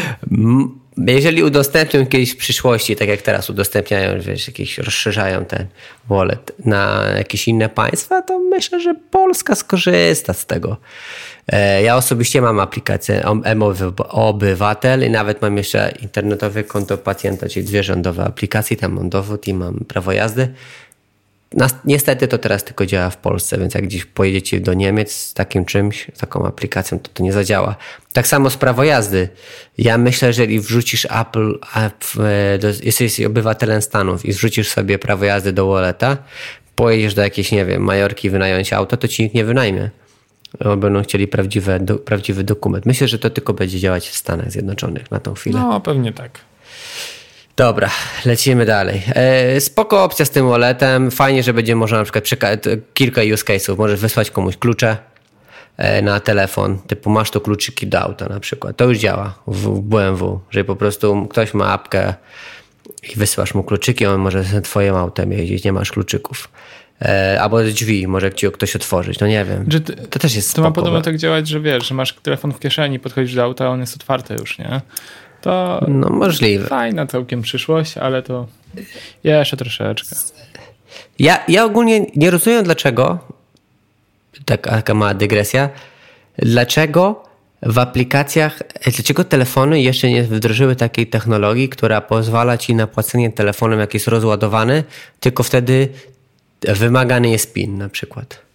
Jeżeli udostępnią kiedyś w przyszłości, tak jak teraz udostępniają, wiesz, jakieś rozszerzają ten wallet na jakieś inne państwa, to myślę, że Polska skorzysta z tego. Ja osobiście mam aplikację mObywatel i nawet mam jeszcze internetowe konto pacjenta, czyli dwie rządowe aplikacje, tam mam dowód i mam prawo jazdy. Niestety to teraz tylko działa w Polsce, więc jak gdzieś pojedziecie do Niemiec z takim czymś, z taką aplikacją, to to nie zadziała. Tak samo z prawo jazdy. Ja myślę, że jeżeli wrzucisz Apple, jesteś obywatelem Stanów i wrzucisz sobie prawo jazdy do walleta, pojedziesz do jakiejś, nie wiem, Majorki wynająć auto, to ci nikt nie wynajmie. Bo będą chcieli prawdziwe, do, prawdziwy dokument. Myślę, że to tylko będzie działać w Stanach Zjednoczonych na tą chwilę. No, pewnie tak. Dobra, lecimy dalej. E, spoko opcja z tym walletem. Fajnie, że będzie można na przykład przeka- kilka use case'ów. Możesz wysłać komuś klucze e, na telefon. Typu masz tu kluczyki do auta na przykład. To już działa w B M W. Że po prostu ktoś ma apkę i wysyłasz mu kluczyki, on może z twoim autem jeździć, nie masz kluczyków. E, albo drzwi, może ci ktoś otworzyć. No nie wiem. Ty, to też jest to spoko. ma podobno tak działać, że wiesz, że masz telefon w kieszeni, podchodzisz do auta, on jest otwarty już, nie? To no możliwe. Fajna całkiem przyszłość, ale to jeszcze troszeczkę. Ja, ja ogólnie nie rozumiem dlaczego, taka, taka mała dygresja, dlaczego w aplikacjach, dlaczego telefony jeszcze nie wdrożyły takiej technologii, która pozwala ci na płacenie telefonem, jak jest rozładowany, tylko wtedy wymagany jest PIN na przykład.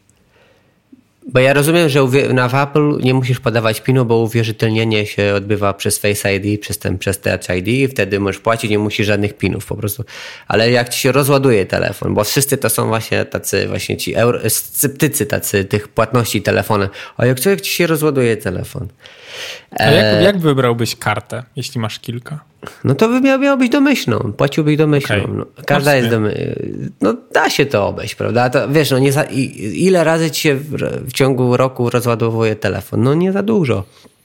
Bo ja rozumiem, że na w Apple nie musisz podawać pinu, bo uwierzytelnienie się odbywa przez Face I D, przez, ten, przez Touch I D i wtedy możesz płacić, nie musisz żadnych pinów po prostu. Ale jak ci się rozładuje telefon, bo wszyscy to są właśnie tacy właśnie ci euro, sceptycy tacy tych płatności telefonem. A jak co, jak ci się rozładuje telefon? A jak, jak wybrałbyś kartę, jeśli masz kilka? No to by miał, miał być domyślną. Płaciłbyś domyślną. Okay. No, każda jest domy... No da się to obejść, prawda? To, wiesz, no nie za... ile razy ci się w, w ciągu roku rozładowuje telefon? No nie za dużo.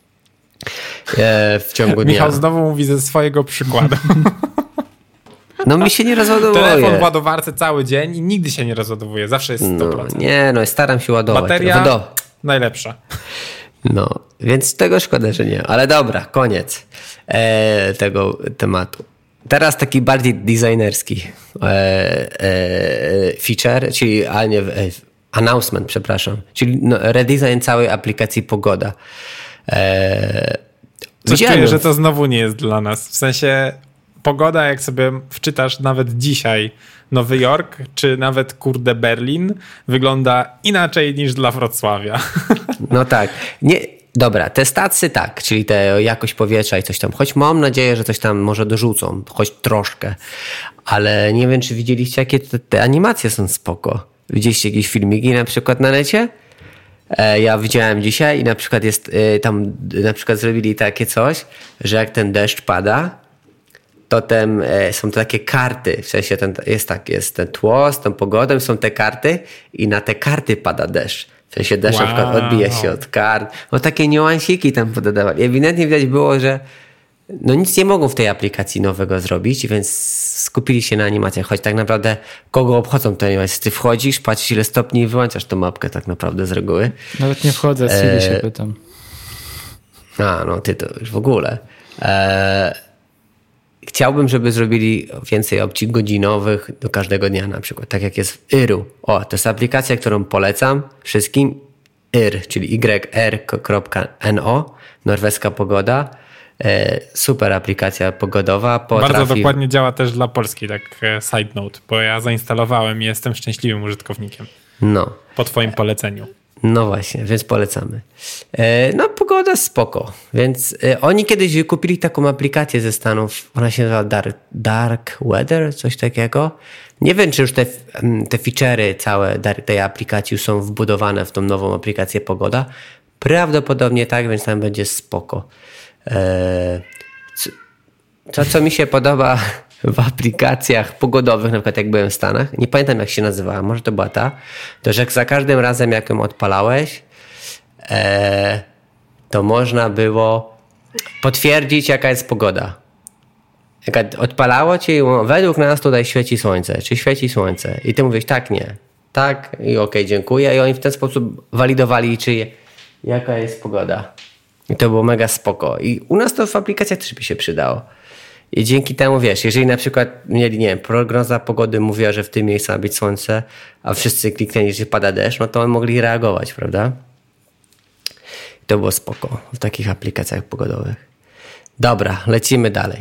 E, w ciągu dnia. Michał znowu mówi ze swojego przykładu. No mi się nie rozładowuje. Telefon w ładowarce cały dzień i nigdy się nie rozładowuje. Zawsze jest sto procent. No, nie, no staram się ładować. Bateria Wodo. najlepsza. No, więc tego szkoda, że nie. Ale dobra, koniec e, tego tematu. Teraz taki bardziej designerski e, e, feature, czyli a nie, e, announcement, przepraszam. Czyli no, redesign całej aplikacji Pogoda. E, Coś czuję, że to znowu nie jest dla nas. W sensie Pogoda, jak sobie wczytasz nawet dzisiaj Nowy Jork, czy nawet kurde Berlin, wygląda inaczej niż dla Wrocławia. No tak. Nie, dobra, te stacje tak, czyli te jakość powietrza i coś tam. Choć mam nadzieję, że coś tam może dorzucą, choć troszkę. Ale nie wiem, czy widzieliście, jakie te, te animacje są spoko. Widzieliście jakieś filmiki na przykład na necie? E, ja widziałem dzisiaj i na przykład jest e, tam na przykład zrobili takie coś, że jak ten deszcz pada, to ten, e, są to takie karty, w sensie ten, jest tak, jest ten tło z tą pogodą, są te karty i na te karty pada deszcz. W sensie deszcz wow. na przykład odbija się od kart. No takie niuansiki tam pododawali. Ewidentnie widać było, że no nic nie mogą w tej aplikacji nowego zrobić, więc skupili się na animacjach. Choć tak naprawdę kogo obchodzą te animacje? Ty wchodzisz, patrzysz ile stopni i wyłączasz tą mapkę tak naprawdę z reguły. Nawet nie wchodzę, Siri e... się pytam. A, no ty to już w ogóle. E, chciałbym, żeby zrobili więcej opcji godzinowych do każdego dnia na przykład, tak jak jest w Iru. O, to jest aplikacja, którą polecam wszystkim. Ir, czyli y r kropka no, norweska pogoda. E, super aplikacja pogodowa. Potrafi... Bardzo dokładnie działa też dla Polski, tak side note, bo ja zainstalowałem i jestem szczęśliwym użytkownikiem. No. Po twoim poleceniu. No właśnie, więc polecamy. E, no pogoda spoko, więc e, oni kiedyś kupili taką aplikację ze Stanów, ona się nazywa Dark, Dark Weather, coś takiego. Nie wiem, czy już te, te feature'y całe tej aplikacji są wbudowane w tą nową aplikację Pogoda. Prawdopodobnie tak, więc tam będzie spoko. E, to, co mi się podoba w aplikacjach pogodowych, na przykład jak byłem w Stanach, nie pamiętam jak się nazywała, może to była ta, to że za każdym razem jak ją odpalałeś, e, to można było potwierdzić jaka jest pogoda. Jak odpalało ci, według nas tutaj świeci słońce, czy świeci słońce i ty mówisz tak, nie, tak i okej, okay, dziękuję i oni w ten sposób walidowali czy jaka jest pogoda i to było mega spoko i u nas to w aplikacjach też by się przydało. I dzięki temu, wiesz, jeżeli na przykład mieli, nie wiem, prognoza pogody mówiła, że w tym miejscu ma być słońce, a wszyscy kliknęli, że pada deszcz, no to oni mogli reagować, prawda? I to było spoko w takich aplikacjach pogodowych. Dobra, lecimy dalej.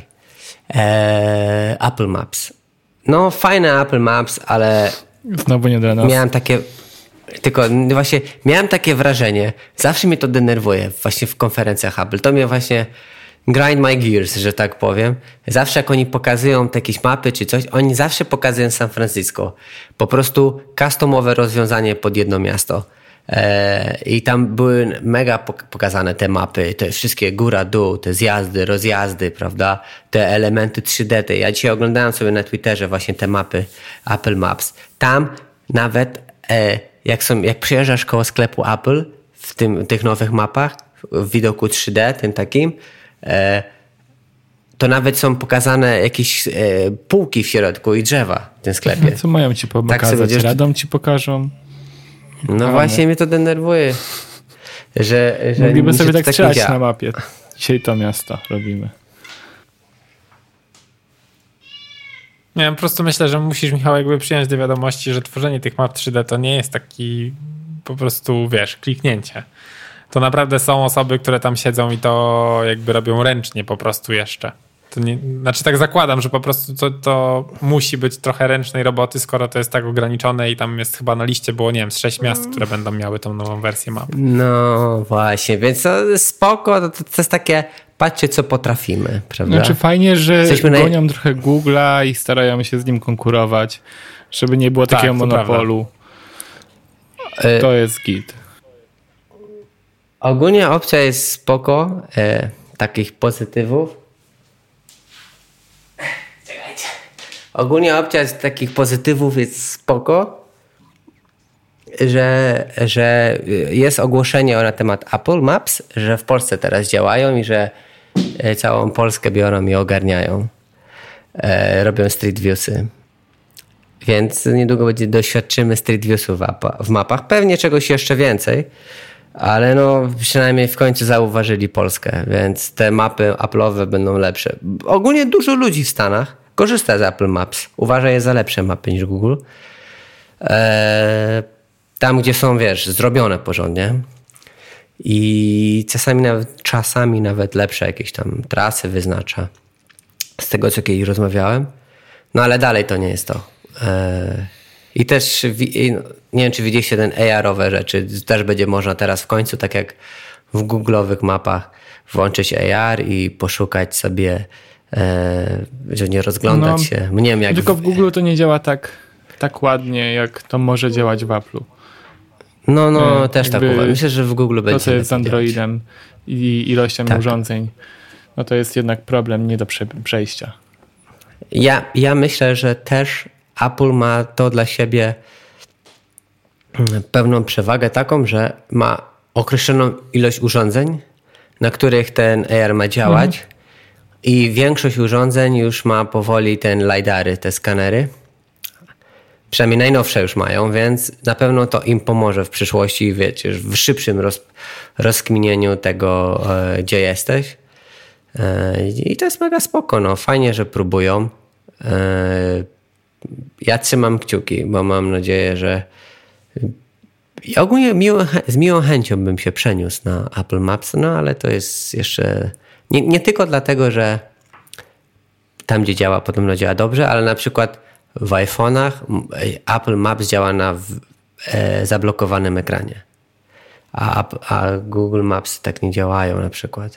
Eee, Apple Maps. No, fajne Apple Maps, ale znowu nie dla nas. Miałem takie, tylko właśnie miałem takie wrażenie, zawsze mnie to denerwuje właśnie w konferencjach Apple. To mnie właśnie grind my gears, że tak powiem. Zawsze jak oni pokazują te jakieś mapy czy coś, oni zawsze pokazują San Francisco. Po prostu customowe rozwiązanie pod jedno miasto. Eee, I tam były mega pokazane te mapy, te wszystkie góra, dół, te zjazdy, rozjazdy, prawda? Te elementy trzy D. Te. Ja dzisiaj oglądałem sobie na Twitterze właśnie te mapy Apple Maps. Tam nawet e, jak, są, jak przyjeżdżasz koło sklepu Apple w tym, tych nowych mapach, w widoku trzy D, tym takim, e, to nawet są pokazane jakieś e, półki w środku i drzewa w tym sklepie. Co mają ci pokazać? Tak Radom ci pokażą? No właśnie mnie to denerwuje. Że, że mogliby sobie tak strzelać na mapie. Dzisiaj to miasto robimy. Nie, po prostu myślę, że musisz, Michał, jakby przyjąć do wiadomości, że tworzenie tych map trzy D to nie jest taki po prostu, wiesz, kliknięcie. To naprawdę są osoby, które tam siedzą i to jakby robią ręcznie po prostu jeszcze. To nie, znaczy tak zakładam, że po prostu to, to musi być trochę ręcznej roboty, skoro to jest tak ograniczone i tam jest chyba na liście było, nie wiem, z sześć miast, które będą miały tą nową wersję map. No właśnie, więc to spoko, to, to jest takie, patrzcie co potrafimy, prawda? Znaczy fajnie, że Jesteśmy gonią naj... trochę Google'a i starają się z nim konkurować, żeby nie było takiego tak, monopolu. To, to jest git. Ogólnie opcja jest spoko, e, takich pozytywów. Ogólnie opcja z takich pozytywów jest spoko, że, że jest ogłoszenie na temat Apple Maps, że w Polsce teraz działają i że całą Polskę biorą i ogarniają. E, robią Street Viewsy. Więc niedługo będzie doświadczymy Street Viewsów w mapach. Pewnie czegoś jeszcze więcej, ale no przynajmniej w końcu zauważyli Polskę, więc te mapy Apple'owe będą lepsze. Ogólnie dużo ludzi w Stanach korzysta z Apple Maps. Uważa je za lepsze mapy niż Google. Eee, tam, gdzie są, wiesz, zrobione porządnie i czasami nawet, czasami nawet lepsze jakieś tam trasy wyznacza. Z tego, co kiedyś rozmawiałem. No ale dalej to nie jest to. Eee, I też nie wiem, czy widzieliście ten A R-owe rzeczy. Też będzie można teraz w końcu, tak jak w Google'owych mapach, włączyć A R i poszukać sobie, e, że nie rozglądać no, się. Nie wiem, jak tylko w Google to nie działa tak, tak ładnie, jak to może działać w Apple'u. No, no, e, też tak uważam. Myślę, że w Google będzie. To, co jest z Androidem i ilością tak. urządzeń, no to jest jednak problem nie do prze, przejścia. Ja, ja myślę, że też Apple ma to dla siebie pewną przewagę taką, że ma określoną ilość urządzeń, na których ten A R ma działać mhm. i większość urządzeń już ma powoli ten lidary, te skanery. Przynajmniej najnowsze już mają, więc na pewno to im pomoże w przyszłości, wiecie, w szybszym roz, rozkminieniu tego, gdzie jesteś. I to jest mega spoko, no. Fajnie, że próbują. Ja trzymam kciuki, bo mam nadzieję, że ja ogólnie miło, z miłą chęcią bym się przeniósł na Apple Maps, no ale to jest jeszcze nie, nie tylko dlatego, że tam, gdzie działa, podobno działa dobrze, ale na przykład w iPhone'ach Apple Maps działa na w, e, zablokowanym ekranie, a, a Google Maps tak nie działają na przykład.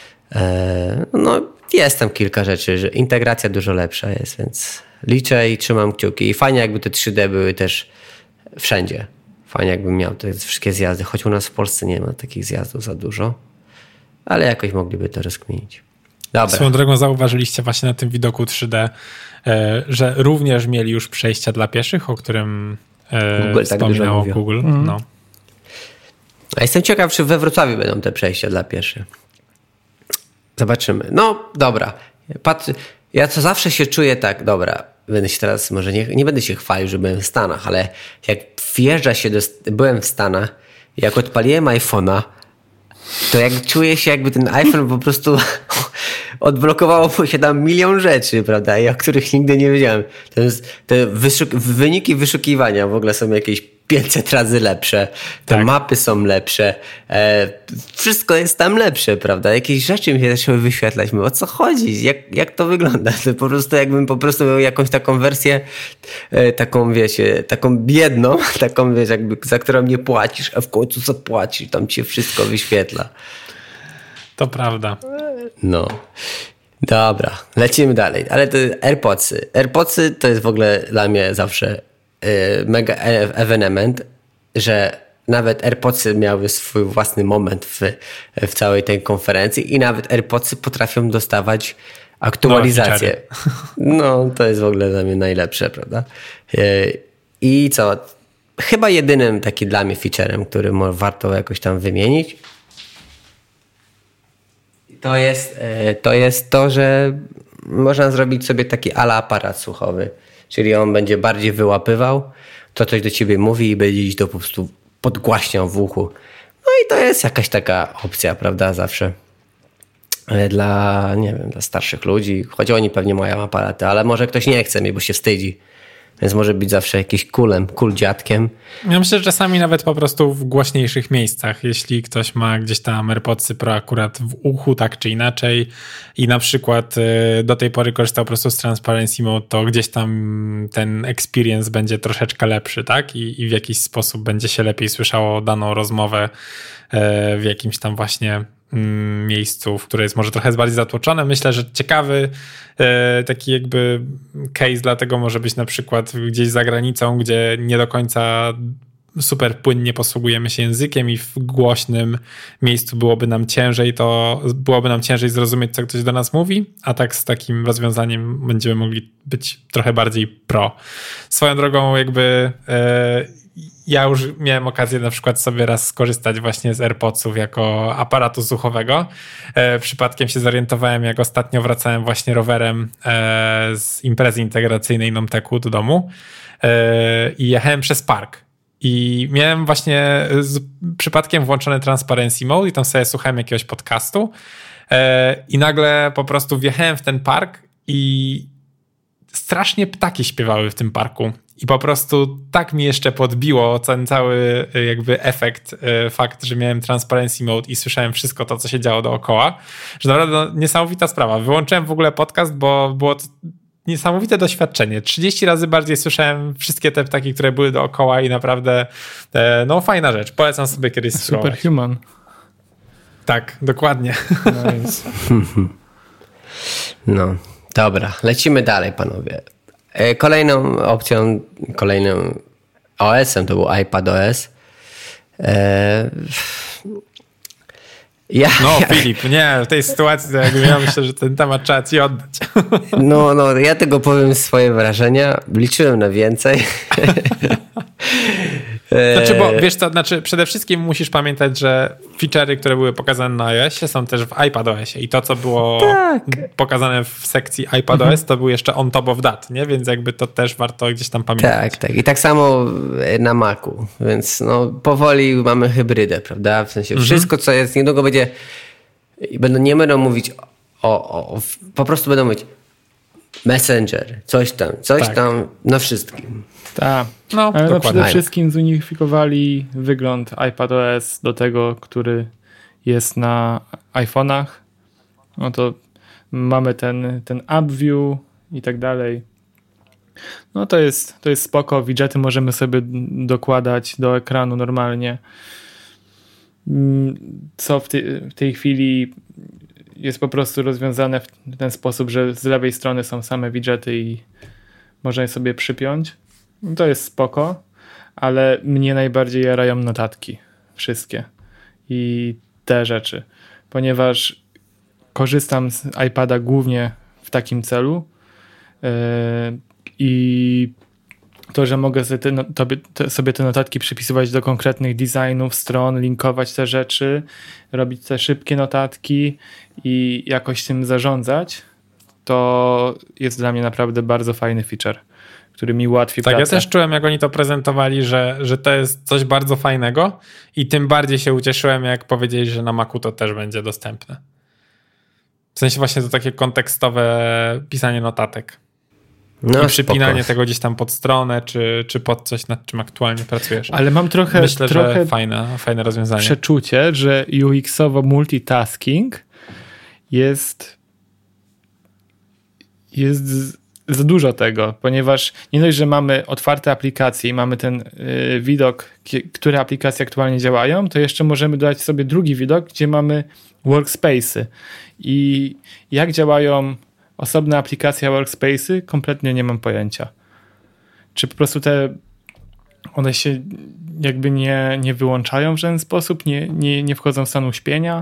E, no jest tam kilka rzeczy, że integracja dużo lepsza jest, więc liczę i trzymam kciuki. I fajnie, jakby te trzy D były też wszędzie. Fajnie, jakbym miał te wszystkie zjazdy, choć u nas w Polsce nie ma takich zjazdów za dużo, ale jakoś mogliby to rozkminić. Dobra. Swoją drogą zauważyliście właśnie na tym widoku trzy D, że również mieli już przejścia dla pieszych, o którym Google wspominało tak Google. Mm. No. A jestem ciekaw, czy we Wrocławiu będą te przejścia dla pieszych. Zobaczymy. No dobra. Patrz, ja co zawsze się czuję tak, dobra, będę się teraz, może nie, nie będę się chwalił, że byłem w Stanach, ale jak wjeżdża się do, byłem w Stanach, jak odpaliłem iPhone'a, to jak czuję się, jakby ten iPhone po prostu odblokowało mu się tam milion rzeczy, prawda, o których nigdy nie wiedziałem. To jest, te wyszuk- wyniki wyszukiwania w ogóle są jakieś pięćset razy lepsze, te tak. mapy są lepsze, e, wszystko jest tam lepsze, prawda? Jakieś rzeczy mi się zaczęły wyświetlać. Mówię, o co chodzi? Jak, jak to wygląda? To po prostu jakbym po prostu miał jakąś taką wersję, e, taką wiecie, taką biedną, taką wiesz, jakby, za którą nie płacisz, a w końcu zapłacisz, tam ci się wszystko wyświetla. To prawda. No. Dobra, lecimy dalej. Ale to AirPodsy. AirPodsy to jest w ogóle dla mnie zawsze mega ewenement, że nawet AirPodsy miały swój własny moment w, w całej tej konferencji i nawet AirPodsy potrafią dostawać aktualizacje. No, to jest w ogóle dla mnie najlepsze, prawda? I co? Chyba jedynym taki dla mnie featurem, który warto jakoś tam wymienić, to jest to, jest to że można zrobić sobie taki ala aparat słuchowy. Czyli on będzie bardziej wyłapywał, to coś do ciebie mówi i będzie iść do po prostu podgłaśniał w uchu. No i to jest jakaś taka opcja, prawda, zawsze dla, nie wiem, dla starszych ludzi, choć oni pewnie mają aparaty, ale może ktoś nie chce mieć, bo się wstydzi. Więc może być zawsze jakiś kulem, cool dziadkiem. Ja myślę, że czasami nawet po prostu w głośniejszych miejscach, jeśli ktoś ma gdzieś tam AirPodsy Pro akurat w uchu, tak czy inaczej i na przykład do tej pory korzystał po prostu z Transparency Mode, to gdzieś tam ten experience będzie troszeczkę lepszy, tak? I, i w jakiś sposób będzie się lepiej słyszało daną rozmowę w jakimś tam właśnie miejscu, w które jest może trochę bardziej zatłoczone. Myślę, że ciekawy e, taki jakby case dlatego może być na przykład gdzieś za granicą, gdzie nie do końca super płynnie posługujemy się językiem i w głośnym miejscu byłoby nam ciężej to byłoby nam ciężej zrozumieć, co ktoś do nas mówi, a tak z takim rozwiązaniem będziemy mogli być trochę bardziej pro. Swoją drogą jakby e, ja już miałem okazję na przykład sobie raz skorzystać właśnie z AirPodsów jako aparatu słuchowego. E, przypadkiem się zorientowałem, jak ostatnio wracałem właśnie rowerem e, z imprezy integracyjnej Nomteku do domu e, i jechałem przez park. I miałem właśnie z, przypadkiem włączony Transparency Mode i tam sobie słuchałem jakiegoś podcastu e, i nagle po prostu wjechałem w ten park i strasznie ptaki śpiewały w tym parku. I po prostu tak mi jeszcze podbiło ten cały jakby efekt, fakt, że miałem Transparency Mode i słyszałem wszystko to, co się działo dookoła, że naprawdę niesamowita sprawa. Wyłączyłem w ogóle podcast, bo było to niesamowite doświadczenie. trzydzieści razy bardziej słyszałem wszystkie te ptaki, które były dookoła i naprawdę no fajna rzecz. Polecam sobie kiedyś spróbować. Superhuman. Tak, dokładnie. Nice. No, dobra. Lecimy dalej, panowie. Kolejną opcją, kolejnym O S-em to był iPadOS. Eee, ja, no ja, Filip, nie, w tej sytuacji to jakby ja myślę, że ten temat trzeba ci oddać. No, no, ja tego powiem swoje wrażenia. Liczyłem na więcej. Znaczy, bo wiesz co, znaczy przede wszystkim musisz pamiętać, że feature'y, które były pokazane na iOSie są też w iPadOSie i to, co było tak. pokazane w sekcji iPadOS, mhm. to był jeszcze on top of that, nie? Więc jakby to też warto gdzieś tam pamiętać. Tak, tak. I tak samo na Macu, więc no powoli mamy hybrydę, prawda? W sensie mhm. wszystko, co jest, niedługo będzie, będą, nie będą mówić o, o, po prostu będą mówić Messenger, coś tam, coś tak. tam na wszystkim. Tak, no, ale no przede wszystkim zunifikowali wygląd iPadOS do tego, który jest na iPhone'ach. No to mamy ten, ten App View i tak dalej. No to jest, to jest spoko. Widgety możemy sobie dokładać do ekranu normalnie. Co w, ty, w tej chwili jest po prostu rozwiązane w ten sposób, że z lewej strony są same widgety i można je sobie przypiąć. To jest spoko, ale mnie najbardziej jarają notatki. Wszystkie. I te rzeczy. Ponieważ korzystam z iPada głównie w takim celu yy, i to, że mogę sobie te, no, tobie, te, sobie te notatki przypisywać do konkretnych designów, stron, linkować te rzeczy, robić te szybkie notatki i jakoś tym zarządzać, to jest dla mnie naprawdę bardzo fajny feature, który mi ułatwi tak, pracę. Ja też czułem, jak oni to prezentowali, że, że to jest coś bardzo fajnego i tym bardziej się ucieszyłem, jak powiedzieli, że na Macu to też będzie dostępne. W sensie właśnie to takie kontekstowe pisanie notatek. No, i przypinanie spoko. tego gdzieś tam pod stronę, czy, czy pod coś, nad czym aktualnie pracujesz. Ale mam trochę, Myślę, trochę że fajne, fajne rozwiązanie. przeczucie, że U X-owo multitasking jest jest za dużo tego, ponieważ nie dość, że mamy otwarte aplikacje i mamy ten y, widok, które aplikacje aktualnie działają, to jeszcze możemy dodać sobie drugi widok, gdzie mamy workspace'y. I jak działają osobne aplikacje workspace'y, kompletnie nie mam pojęcia. Czy po prostu te one się jakby nie, nie wyłączają w żaden sposób, nie, nie, nie wchodzą w stan uśpienia?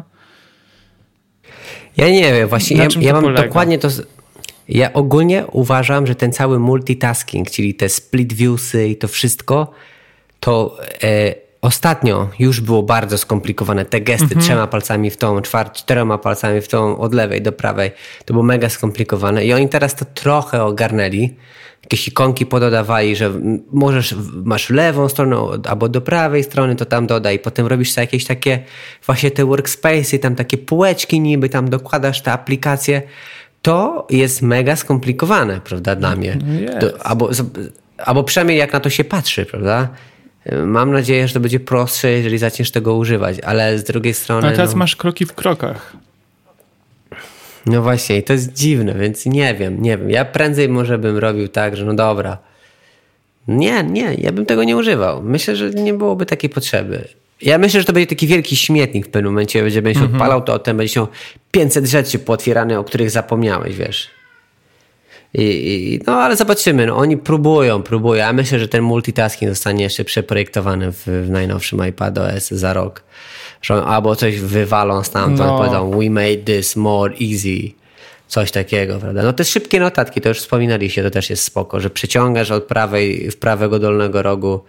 Ja nie wiem, właśnie ja, ja mam polega? dokładnie to... Ja ogólnie uważam, że ten cały multitasking, czyli te split viewsy i to wszystko, to e, ostatnio już było bardzo skomplikowane. Te gesty mhm. trzema palcami w tą, czwar, czterema palcami w tą, od lewej do prawej, to było mega skomplikowane i oni teraz to trochę ogarnęli. Jakieś ikonki pododawali, że możesz, masz w lewą stronę albo do prawej strony, to tam dodaj. Potem robisz sobie jakieś takie właśnie te workspace'y, tam takie półeczki niby, tam dokładasz te aplikacje. To jest mega skomplikowane, prawda, dla mnie. To, albo, albo przynajmniej jak na to się patrzy, prawda? Mam nadzieję, że to będzie prostsze, jeżeli zaczniesz tego używać, ale z drugiej strony... A teraz no, masz kroki w krokach. No właśnie, i to jest dziwne, więc nie wiem, nie wiem. Ja prędzej może bym robił tak, że no dobra. Nie, nie, ja bym tego nie używał. Myślę, że nie byłoby takiej potrzeby. Ja myślę, że to będzie taki wielki śmietnik w pewnym momencie, będzie będziesz mm-hmm. odpalał, to potem będziesz miał pięćset rzeczy pootwierane, o których zapomniałeś, wiesz. I, i, no ale zobaczymy, no, oni próbują, próbują. Ja myślę, że ten multitasking zostanie jeszcze przeprojektowany w, w najnowszym iPadOS za rok. Że albo coś wywalą stamtąd, no. powiedzą we made this more easy. Coś takiego, prawda? No te szybkie notatki, to już wspominaliście, to też jest spoko, że przeciągasz od prawej, w prawego dolnego rogu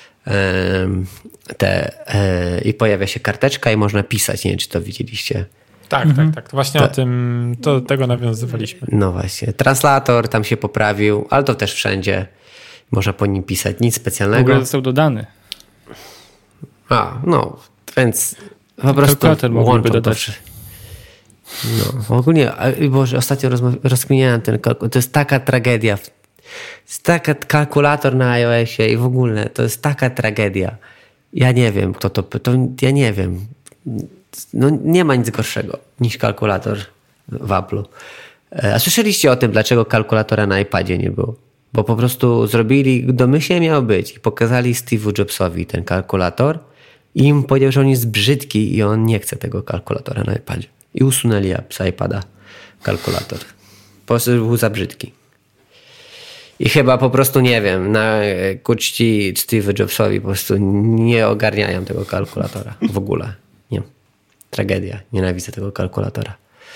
te, i pojawia się karteczka i można pisać. Nie wiem, czy to widzieliście. Tak, mhm. tak, tak. To właśnie to, o tym, to, do tego nawiązywaliśmy. No właśnie. Translator tam się poprawił, ale to też wszędzie. Można po nim pisać. Nic specjalnego. W ogóle został dodany. A, no. Więc po prostu łączą dodać. No, ogólnie, Boże, ostatnio rozkminiałem ten kalkulator. To jest taka tragedia. To jest taka kalkulator na iOSie i w ogóle to jest taka tragedia. Ja nie wiem, kto to... to ja nie wiem. No nie ma nic gorszego niż kalkulator w Apple'u. A słyszeliście o tym, dlaczego kalkulatora na iPadzie nie było? Bo po prostu zrobili, domyślnie miał być i pokazali Steve'u Jobsowi ten kalkulator i im powiedział, że on jest brzydki i on nie chce tego kalkulatora na iPadzie. I usunęli z iPada kalkulator. Po prostu był za brzydki. I chyba po prostu, nie wiem, na ku czci Steve'u Jobsowi po prostu nie ogarniają tego kalkulatora w ogóle. Nie. Tragedia. Nienawidzę tego kalkulatora.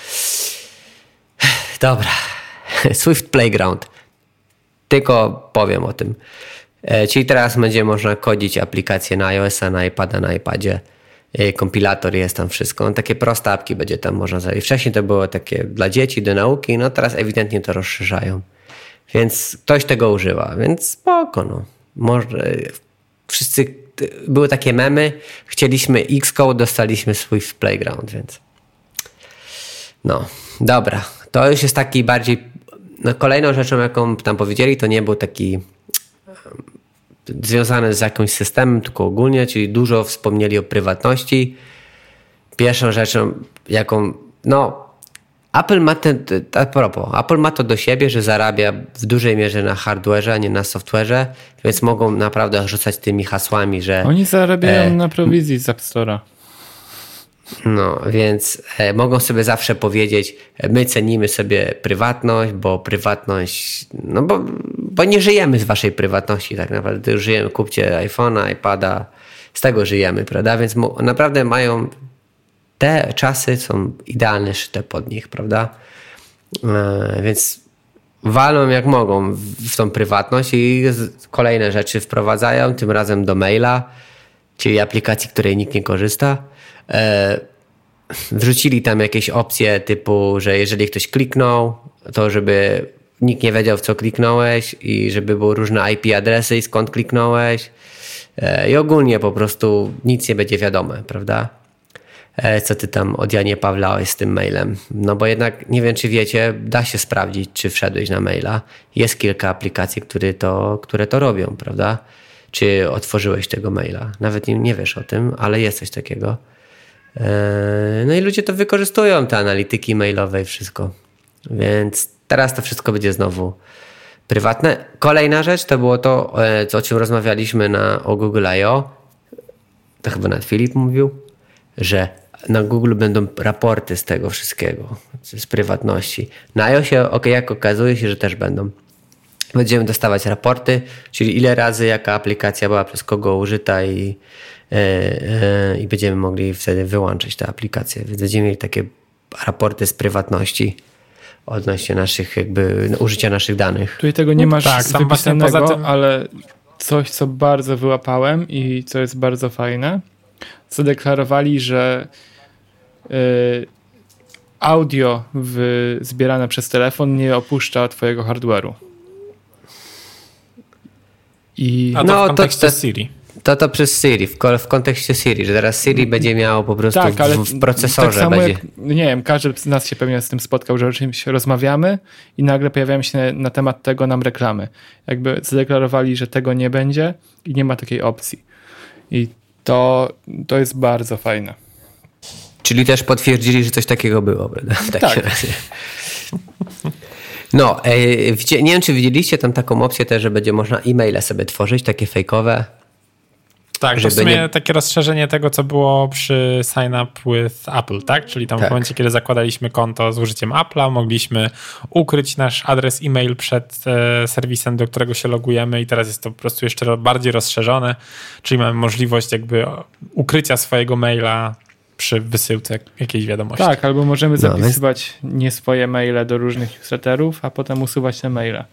Dobra. Swift Playground. Tylko powiem o tym. E, czyli teraz będzie można kodzić aplikacje na iOS-a, na iPada, na iPadzie. E, kompilator jest tam wszystko. No, takie proste apki będzie tam można zrobić. Wcześniej to było takie dla dzieci, do nauki, no teraz ewidentnie to rozszerzają. Więc ktoś tego używa, więc spoko, no. Może wszyscy, były takie memy, chcieliśmy Xcode, dostaliśmy swój Playground, więc No, dobra. To już jest taki bardziej... No, kolejną rzeczą, jaką tam powiedzieli, to nie był taki związany z jakimś systemem, tylko ogólnie, czyli dużo wspomnieli o prywatności. Pierwszą rzeczą, jaką... No, Apple ma ten... A propos, Apple ma to do siebie, że zarabia w dużej mierze na hardware'ze, a nie na software'ze, więc mogą naprawdę rzucać tymi hasłami, że... Oni zarabiają e, na prowizji z App Store'a. No, więc e, mogą sobie zawsze powiedzieć, my cenimy sobie prywatność, bo prywatność, no bo, bo nie żyjemy z waszej prywatności tak naprawdę, już żyjemy, kupcie iPhone'a, iPada, z tego żyjemy, prawda, więc mo, naprawdę mają, te czasy są idealne szyte pod nich, prawda, e, więc walą jak mogą w, w tą prywatność i z, kolejne rzeczy wprowadzają, tym razem do maila, czyli aplikacji, której nikt nie korzysta. E, wrzucili tam jakieś opcje typu, że jeżeli ktoś kliknął, to żeby nikt nie wiedział, w co kliknąłeś i żeby były różne I P adresy i skąd kliknąłeś e, i ogólnie po prostu nic nie będzie wiadome, prawda? E, co ty tam od Janie pawlałeś z tym mailem. No bo jednak nie wiem, czy wiecie, da się sprawdzić, czy wszedłeś na maila. Jest kilka aplikacji, które to, które to robią, prawda? Czy otworzyłeś tego maila. Nawet nie, nie wiesz o tym, ale jest coś takiego. No i ludzie to wykorzystują, te analityki mailowe i wszystko. Więc teraz to wszystko będzie znowu prywatne. Kolejna rzecz to było to, o czym rozmawialiśmy na, o Google I O. To chyba nawet Filip mówił, że na Google będą raporty z tego wszystkiego, z prywatności. Na iOSie, ok, jak okazuje się, że też będą. Będziemy dostawać raporty, czyli ile razy jaka aplikacja była przez kogo użyta i, yy, yy, i będziemy mogli wtedy wyłączyć te aplikacje. Więc będziemy mieli takie raporty z prywatności odnośnie naszych jakby użycia naszych danych. Tutaj tego nie masz tak, tam wypisanego, poza tym... ale coś, co bardzo wyłapałem i co jest bardzo fajne, zadeklarowali, że yy, audio w, zbierane przez telefon nie opuszcza twojego hardware'u. I... A to no, w kontekście to, to, Siri. To to przez Siri, w, w kontekście Siri, że teraz Siri będzie miało po prostu tak, ale w, w procesorze. Tak samo będzie... jak, nie wiem, każdy z nas się pewnie z tym spotkał, że o czymś rozmawiamy i nagle pojawiają się na, na temat tego nam reklamy. Jakby zadeklarowali, że tego nie będzie i nie ma takiej opcji. I to, to jest bardzo fajne. Czyli też potwierdzili, że coś takiego było, prawda? W takim tak. razie. No, e, nie wiem, czy widzieliście tam taką opcję też, że będzie można e-maile sobie tworzyć, takie fejkowe. Tak, to w sumie nie... takie rozszerzenie tego, co było przy Sign Up with Apple, tak? Czyli tam tak. W momencie, kiedy zakładaliśmy konto z użyciem Apple'a, mogliśmy ukryć nasz adres e-mail przed e, serwisem, do którego się logujemy i teraz jest to po prostu jeszcze bardziej rozszerzone, czyli mamy możliwość jakby ukrycia swojego maila przy wysyłce jakiejś wiadomości. Tak, albo możemy zapisywać no, więc... nie swoje maile do różnych newsletterów, a potem usuwać te maile.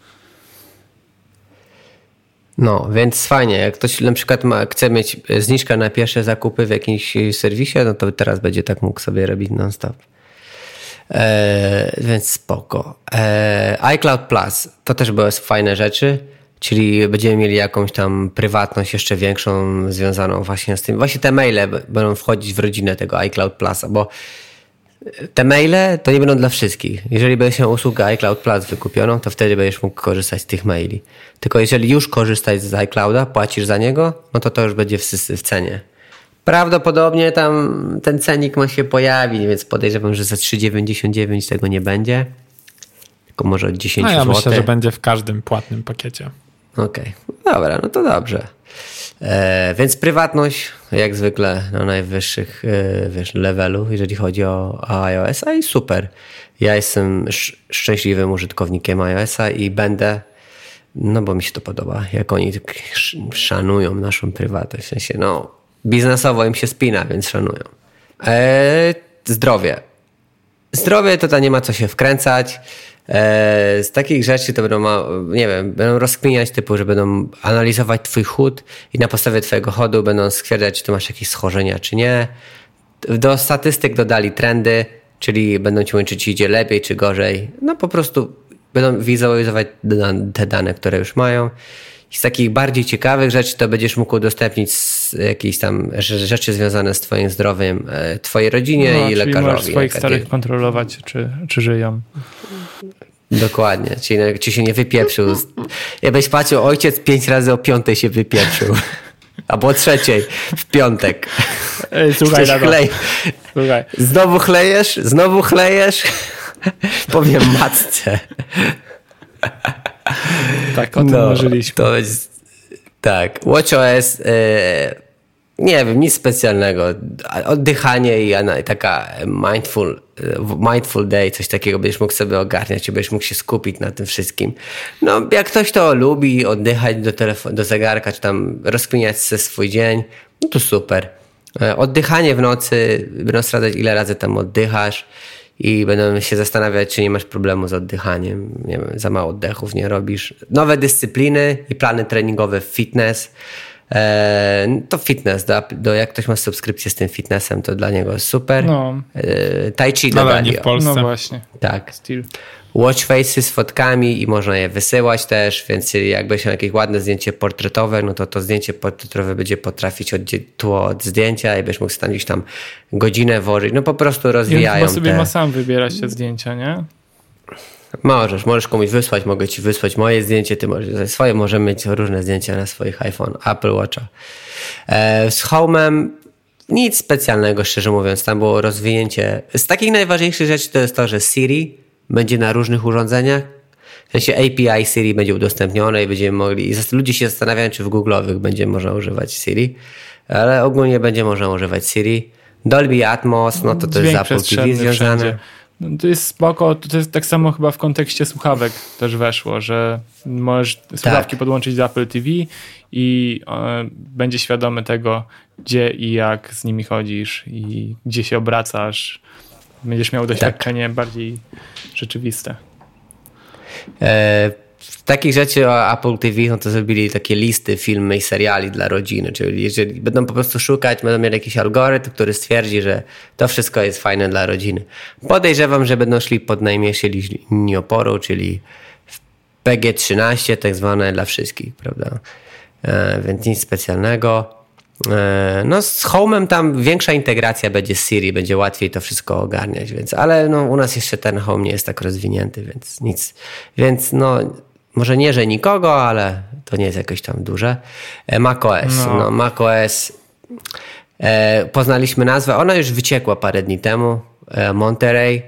No, więc fajnie. Jak ktoś na przykład ma, chce mieć zniżkę na pierwsze zakupy w jakimś serwisie, no to teraz będzie tak mógł sobie robić non-stop. Eee, więc spoko. Eee, iCloud Plus, to też były fajne rzeczy, czyli będziemy mieli jakąś tam prywatność jeszcze większą związaną właśnie z tym. Właśnie te maile będą wchodzić w rodzinę tego iCloud Plusa, bo te maile to nie będą dla wszystkich. Jeżeli będziesz miał usługę iCloud Plus wykupioną, to wtedy będziesz mógł korzystać z tych maili. Tylko jeżeli już korzystasz z iClouda, płacisz za niego, no to to już będzie w, w cenie. Prawdopodobnie tam ten cennik ma się pojawić, więc podejrzewam, że za trzy dziewięćdziesiąt dziewięć tego nie będzie. Tylko może od dziesięć złotych. No ja myślę, że będzie w każdym płatnym pakiecie. Okej, okay. Dobra, no to dobrze. E, więc prywatność jak zwykle na najwyższych e, wiesz, levelu, jeżeli chodzi o, o iOS-a i super. Ja jestem sz- szczęśliwym użytkownikiem iOS-a i będę, no bo mi się to podoba, jak oni sz- szanują naszą prywatność. W sensie, no, biznesowo im się spina, więc szanują. E, zdrowie. Zdrowie to, to nie ma co się wkręcać. Z takich rzeczy to będą, nie wiem, będą rozkminiać typu, że będą analizować twój chód i na podstawie twojego chodu będą stwierdzać, czy ty masz jakieś schorzenia, czy nie. Do statystyk dodali trendy, czyli będą ci mówić, czy ci idzie lepiej, czy gorzej. No po prostu będą wizualizować te dane, które już mają. I z takich bardziej ciekawych rzeczy to będziesz mógł udostępnić jakieś tam rzeczy związane z twoim zdrowiem, twojej rodzinie no, i czyli lekarzowi. Możesz swoich starych kontrolować, czy, czy żyją. Dokładnie, czyli czy się nie wypieprzył. Jakbyś patrzył, ojciec pięć razy o piątej się wypieprzył. Albo o trzeciej w piątek. Ej, słuchaj, chlej... słuchaj. Znowu chlejesz? Znowu chlejesz? Powiem matce. Tak, o tym no, marzyliśmy. To jest... Tak, WatchOS... Yy... Nie wiem, nic specjalnego. Oddychanie i taka mindful, mindful day, coś takiego będziesz mógł sobie ogarniać i będziesz mógł się skupić na tym wszystkim. No, jak ktoś to lubi, oddychać do, telefon- do zegarka, czy tam rozkminiać sobie swój dzień, no to super. Oddychanie w nocy, będą sprawdzać, ile razy tam oddychasz i będą się zastanawiać, czy nie masz problemu z oddychaniem. Nie wiem, za mało oddechów nie robisz. Nowe dyscypliny i plany treningowe w fitness. To fitness, do, do, jak ktoś ma subskrypcję z tym fitnessem, to dla niego jest super. No. Tai Chi no, dodali. Nie w Polsce. No właśnie. Tak. Still. Watch faces z fotkami i można je wysyłać też, więc jakby się jakieś ładne zdjęcie portretowe, no to to zdjęcie portretowe będzie potrafić od, tło od zdjęcia i będziesz mógł tam gdzieś tam godzinę włożyć. No po prostu rozwijają I on chyba sobie te... ma sam wybierać te zdjęcia, nie? Możesz, możesz komuś wysłać, mogę ci wysłać moje zdjęcie, ty możesz swoje, możemy mieć różne zdjęcia na swoich iPhone, Apple Watcha. E, z Home'em nic specjalnego, szczerze mówiąc, tam było rozwinięcie. Z takich najważniejszych rzeczy to jest to, że Siri będzie na różnych urządzeniach, w sensie A P I Siri będzie udostępnione i będziemy mogli, i ludzie się zastanawiają, czy w Google'owych będzie można używać Siri, ale ogólnie będzie można używać Siri. Dolby Atmos, no to to jest z Apple T V związane. Wszędzie. No to jest spoko, to jest tak samo chyba w kontekście słuchawek też weszło, że możesz słuchawki tak. podłączyć do Apple T V i e, będzie świadomy tego, gdzie i jak z nimi chodzisz i gdzie się obracasz. Będziesz miał doświadczenie tak. bardziej rzeczywiste. E, takich rzeczy o Apple T V no to zrobili takie listy, filmy i seriali dla rodziny, czyli jeżeli będą po prostu szukać, będą mieli jakiś algorytm, który stwierdzi, że to wszystko jest fajne dla rodziny. Podejrzewam, że będą szli pod najmniejszej linii oporu, czyli P G trzynaście, tak zwane dla wszystkich, prawda? E, więc nic specjalnego. E, no z Home'em tam większa integracja będzie z Siri, będzie łatwiej to wszystko ogarniać, więc, ale no, u nas jeszcze ten Home nie jest tak rozwinięty, więc nic. Więc no może nie, że nikogo, ale to nie jest jakoś tam duże. E, macOS. No. No, macOS. E, poznaliśmy nazwę. Ona już wyciekła parę dni temu. E, Monterey.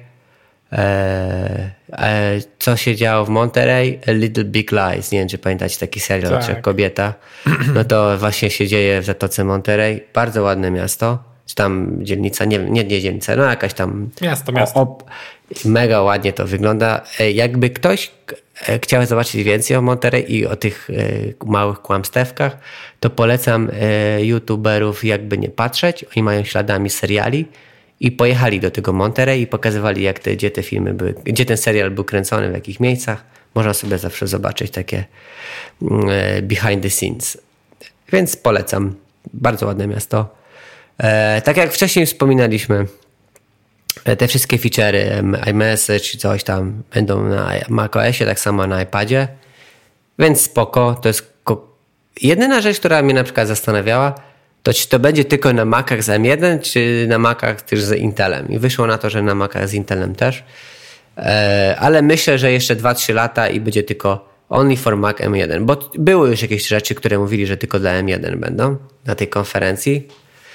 E, e, co się działo w Monterey? A Little Big Lies. Nie wiem, czy pamiętacie taki serial, tak. Czy kobieta. No to właśnie się dzieje w Zatoce Monterey. Bardzo ładne miasto. Czy tam dzielnica, nie, nie, nie dzielnica, no jakaś tam... Miasto, miasto. O, mega ładnie to wygląda. Jakby ktoś chciał zobaczyć więcej o Monterey i o tych małych kłamstewkach, to polecam youtuberów jakby nie patrzeć. Oni mają śladami seriali i pojechali do tego Monterey i pokazywali, jak te, gdzie te filmy były, gdzie ten serial był kręcony, w jakich miejscach. Można sobie zawsze zobaczyć takie behind the scenes. Więc polecam. Bardzo ładne miasto. E, tak jak wcześniej wspominaliśmy, te wszystkie feature'y, iMessage czy coś tam będą na macOSie, tak samo na iPadzie, więc spoko. To jest ko- jedyna rzecz, która mnie na przykład zastanawiała, to czy to będzie tylko na Macach z M jeden, czy na Macach też z Intelem. I wyszło na to, że na Macach z Intelem też, e, ale myślę, że jeszcze dwa trzy lata i będzie tylko only for Mac M jeden, bo były już jakieś rzeczy, które mówili, że tylko dla M jeden będą na tej konferencji.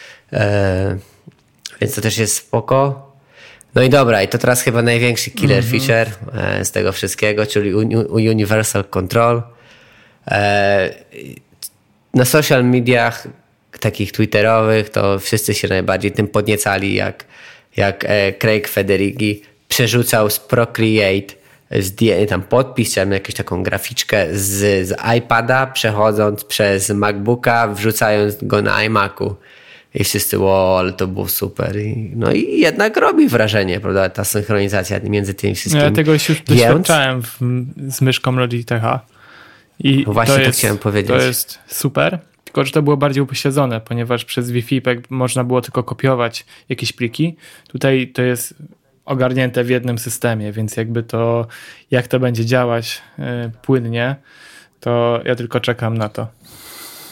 E, więc to też jest spoko. No i dobra, i to teraz chyba największy killer mm-hmm. feature e, z tego wszystkiego, czyli u- Universal Control. E, na social mediach takich twitterowych to wszyscy się najbardziej tym podniecali, jak, jak e, Craig Federighi przerzucał z Procreate zdję, tam podpis, czy jakąś taką graficzkę z, z iPada, przechodząc przez MacBooka, wrzucając go na iMacu. I wszyscy, wow, ale to było super. I, no i jednak robi wrażenie, prawda, ta synchronizacja między tymi wszystkimi. Ja tego już doświadczałem w, z myszką Logitecha. I no właśnie to, to jest, chciałem powiedzieć. To jest super, tylko że to było bardziej upośledzone, ponieważ przez Wi-Fi można było tylko kopiować jakieś pliki. Tutaj to jest ogarnięte w jednym systemie, więc jakby to, jak to będzie działać yy, płynnie, to ja tylko czekam na to.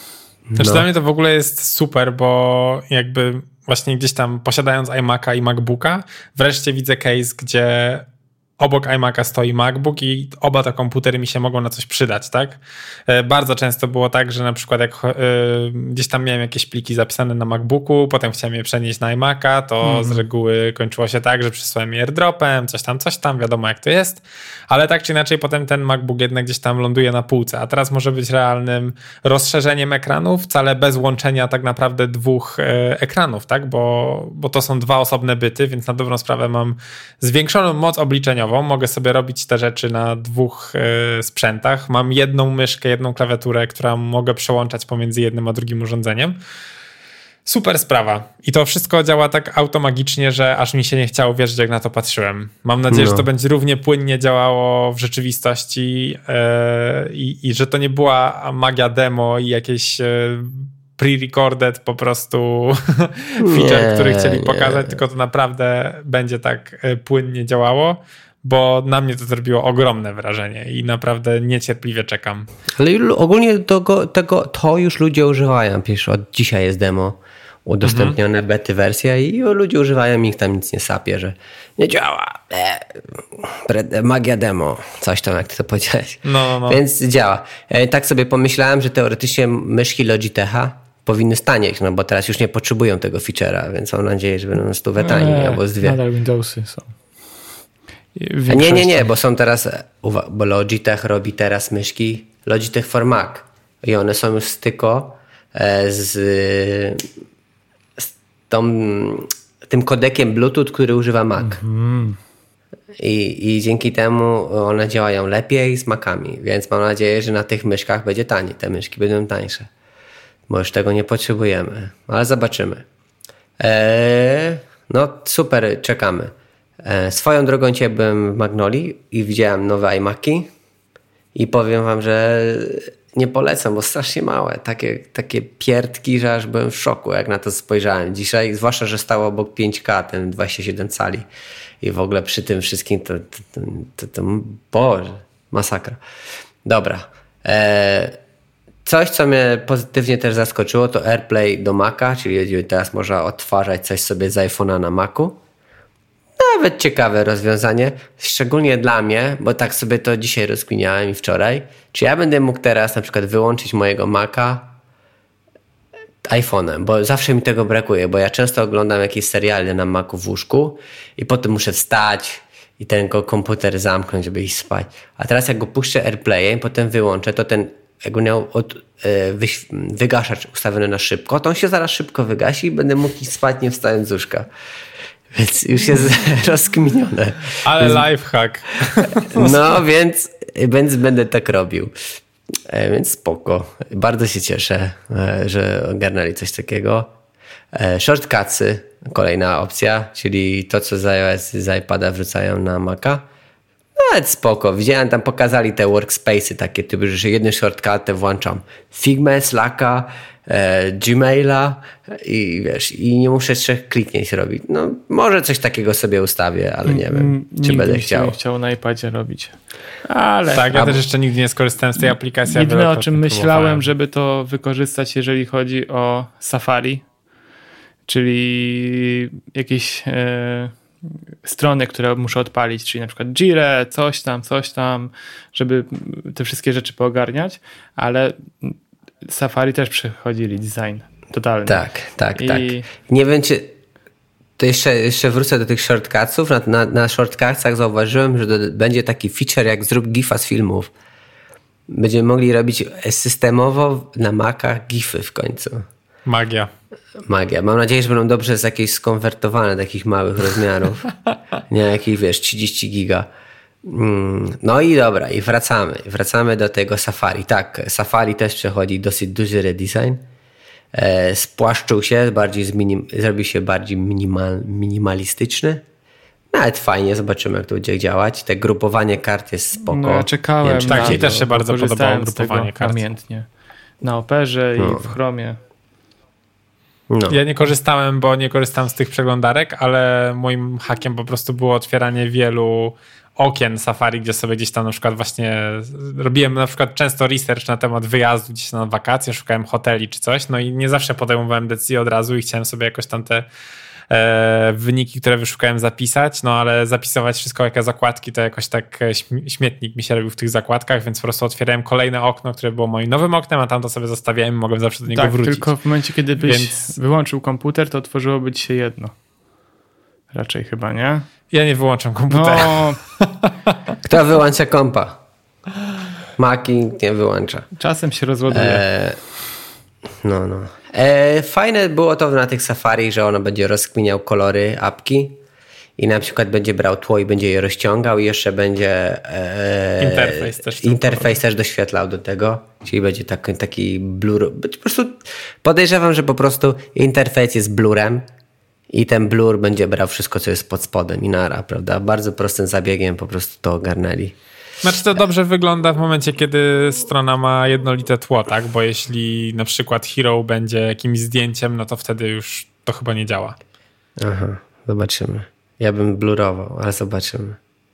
Znaczy No. dla mnie to w ogóle jest super, bo jakby właśnie gdzieś tam posiadając iMac'a i MacBooka, wreszcie widzę case, gdzie obok iMac'a stoi MacBook i oba te komputery mi się mogą na coś przydać, tak? Bardzo często było tak, że na przykład jak y, gdzieś tam miałem jakieś pliki zapisane na MacBooku, potem chciałem je przenieść na iMac'a, to mm. z reguły kończyło się tak, że przysłałem je airdropem, coś tam, coś tam, wiadomo jak to jest, ale tak czy inaczej potem ten MacBook jednak gdzieś tam ląduje na półce, a teraz może być realnym rozszerzeniem ekranu, wcale bez łączenia tak naprawdę dwóch y, ekranów, tak? Bo, bo to są dwa osobne byty, więc na dobrą sprawę mam zwiększoną moc obliczeniową. Mogę sobie robić te rzeczy na dwóch y, sprzętach. Mam jedną myszkę, jedną klawiaturę, którą mogę przełączać pomiędzy jednym a drugim urządzeniem. Super sprawa. I to wszystko działa tak automagicznie, że aż mi się nie chciało wierzyć, jak na to patrzyłem. Mam nadzieję, no. że to będzie równie płynnie działało w rzeczywistości yy, i, i że to nie była magia demo i jakieś... Yy, pre-recorded po prostu feature, który chcieli pokazać, nie. tylko to naprawdę będzie tak płynnie działało, bo na mnie to zrobiło ogromne wrażenie i naprawdę niecierpliwie czekam. Ale ogólnie tego, tego, to już ludzie używają. Przecież od dzisiaj jest demo udostępnione, mhm. bety wersja i ludzie używają, ich tam nic nie sapie, że nie działa. E, magia demo. Coś tam, jak ty to powiedziałeś. No, no, no. Więc działa. E, tak sobie pomyślałem, że teoretycznie myszki Logitecha powinny stanieć, no bo teraz już nie potrzebują tego feature'a, więc mam nadzieję, że będą stówę taniej albo z dwie. Nadal Windowsy są. A nie, nie, nie, bo są teraz, bo Logitech robi teraz myszki Logitech for Mac i one są już tylko z, z tą, tym kodekiem Bluetooth, który używa Mac. Mm-hmm. I, I dzięki temu one działają lepiej z Macami, więc mam nadzieję, że na tych myszkach będzie taniej. Te myszki będą tańsze. Bo już tego nie potrzebujemy, ale zobaczymy. Eee, no super, czekamy. Eee, swoją drogą cię byłem w Magnoli i widziałem nowe iMaki i powiem wam, że nie polecam, bo strasznie małe. Takie, takie pierdki, że aż byłem w szoku, jak na to spojrzałem dzisiaj. Zwłaszcza, że stało obok pięć K, ten dwadzieścia siedem cali i w ogóle przy tym wszystkim to, to, to, to, to Boże, masakra. Dobra. Eee, Coś, co mnie pozytywnie też zaskoczyło, to AirPlay do Maca, czyli teraz można odtwarzać coś sobie z iPhone'a na Macu. Nawet ciekawe rozwiązanie, szczególnie dla mnie, bo tak sobie to dzisiaj rozkminiałem i wczoraj. Czy ja będę mógł teraz na przykład wyłączyć mojego Maca iPhone'em, bo zawsze mi tego brakuje, bo ja często oglądam jakieś seriale na Macu w łóżku i potem muszę wstać i ten komputer zamknąć, żeby iść spać. A teraz jak go puszczę AirPlayem, potem wyłączę, to ten jakby miał od, wy, wygaszacz ustawiony na szybko, to on się zaraz szybko wygasi i będę mógł iść spać nie wstając z łóżka. Więc już jest rozkminione. Ale więc, lifehack. No więc, więc będę tak robił. Więc spoko. Bardzo się cieszę, że ogarnęli coś takiego. Shortcutsy, kolejna opcja, czyli to, co z iOS z iPada wrzucają na Maca. Nawet spoko. Widziałem, tam pokazali te workspace'y takie, typu, że jednym shortcutem włączam Figma, Slacka, e, Gmaila i wiesz, i nie muszę trzech kliknięć robić. No, może coś takiego sobie ustawię, ale nie wiem, czy nigdy będę nie chciał. Nie chciał na iPadzie robić. Ale... Tak, ja A, też jeszcze nigdy nie skorzystałem z tej aplikacji. Jedyne, o czym myślałem, żeby to wykorzystać, jeżeli chodzi o Safari, czyli jakieś... E, strony, które muszę odpalić, czyli na przykład Jira, coś tam, coś tam, żeby te wszystkie rzeczy poogarniać, ale Safari też przechodzili design totalny. Tak, tak, I... tak. Nie wiem, czy to jeszcze, jeszcze wrócę do tych shortcutsów. Na, na, na shortcutsach zauważyłem, że do, będzie taki feature jak zrób gifa z filmów. Będziemy mogli robić systemowo na Macach gify w końcu. Magia. Magia. Mam nadzieję, że będą dobrze z jakieś skonwertowane, takich małych rozmiarów. Nie jakich, wiesz, trzydzieści giga. No i dobra, i wracamy. Wracamy do tego Safari. Tak, Safari też przechodzi dosyć duży redesign. E, spłaszczył się, bardziej zminim, zrobił się bardziej minimal, minimalistyczny. Nawet fajnie, zobaczymy, jak to będzie działać. Te grupowanie kart jest spoko. No, ja czekałem. Wiem, tak, mi też się bardzo podobało grupowanie kart. Pamiętnie. Na Operze no. i w Chromie. No. Ja nie korzystałem, bo nie korzystam z tych przeglądarek, ale moim hackiem po prostu było otwieranie wielu okien Safari, gdzie sobie gdzieś tam na przykład właśnie robiłem na przykład często research na temat wyjazdu gdzieś na wakacje, szukałem hoteli czy coś, no i nie zawsze podejmowałem decyzję od razu i chciałem sobie jakoś tam te e, wyniki, które wyszukałem zapisać, no ale zapisywać wszystko jakie zakładki, to jakoś tak śmietnik mi się robił w tych zakładkach, więc po prostu otwierałem kolejne okno, które było moim nowym oknem, a tam to sobie zostawiałem i mogłem zawsze do niego tak, wrócić. Tylko w momencie, kiedy byś więc... wyłączył komputer, to otworzyłoby ci się jedno. Raczej chyba, nie? Ja nie wyłączam komputera. No. Kto wyłącza kompa? Maki nie wyłącza. Czasem się rozładuje. E, no, no. E, fajne było to na tych Safari, że ono będzie rozkminiał kolory apki i na przykład będzie brał tło i będzie je rozciągał i jeszcze będzie e, interfejs też, interfejs też doświetlał do tego, czyli będzie taki, taki blur. Po prostu podejrzewam, że po prostu interfejs jest blurem i ten blur będzie brał wszystko, co jest pod spodem i nara, prawda? Bardzo prostym zabiegiem po prostu to ogarnęli. Znaczy to dobrze wygląda w momencie, kiedy strona ma jednolite tło, tak? Bo jeśli na przykład hero będzie jakimś zdjęciem, no to wtedy już to chyba nie działa. Aha, zobaczymy. Ja bym blurował, ale zobaczymy.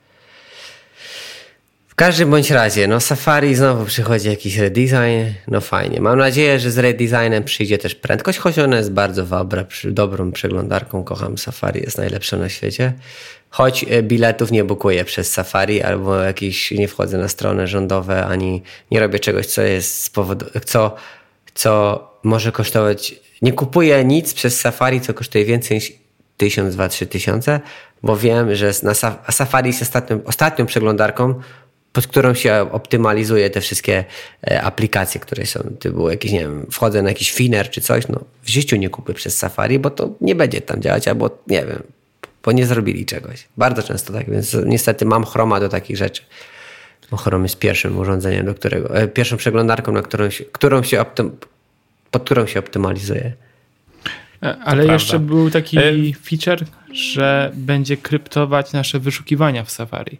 W każdym bądź razie, no Safari znowu przychodzi jakiś redesign, no fajnie. Mam nadzieję, że z redesignem przyjdzie też prędkość, choć ona jest bardzo dobra, dobrą przeglądarką. Kocham Safari, jest najlepsza na świecie. Choć biletów nie bukuję przez Safari albo jakieś, nie wchodzę na strony rządowe, ani nie robię czegoś, co jest z powodu, co, co może kosztować. Nie kupuję nic przez Safari, co kosztuje więcej niż tysiąc, dwa, trzy tysiące, bo wiem, że na Safari jest ostatnią, ostatnią przeglądarką, pod którą się optymalizuje te wszystkie aplikacje, które są, typu jakieś, nie wiem, wchodzę na jakiś Finner czy coś, no w życiu nie kupię przez Safari, bo to nie będzie tam działać, albo nie wiem, bo nie zrobili czegoś. Bardzo często tak, więc niestety mam Chroma do takich rzeczy. Bo Chrome jest pierwszym urządzeniem, do którego, e, pierwszą przeglądarką, na którą się, którą się optym, pod którą się optymalizuje. Ale jeszcze był taki feature, że będzie kryptować nasze wyszukiwania w Safari.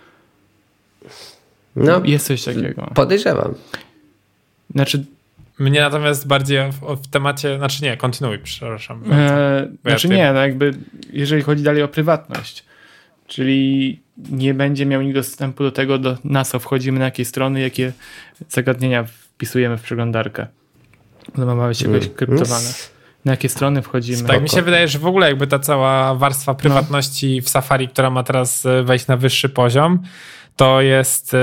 No, jest coś takiego. Podejrzewam. Znaczy, mnie natomiast bardziej w, w temacie, znaczy nie, kontynuuj, przepraszam. E, znaczy ja nie, no jakby jeżeli chodzi dalej o prywatność, czyli nie będzie miał nikt dostępu do tego, do na co wchodzimy, na jakie strony, jakie zagadnienia wpisujemy w przeglądarkę. One ma być jakoś kryptowane. Na jakie strony wchodzimy. Tak, mi się wydaje, że w ogóle jakby ta cała warstwa prywatności no. w Safari, która ma teraz wejść na wyższy poziom, to jest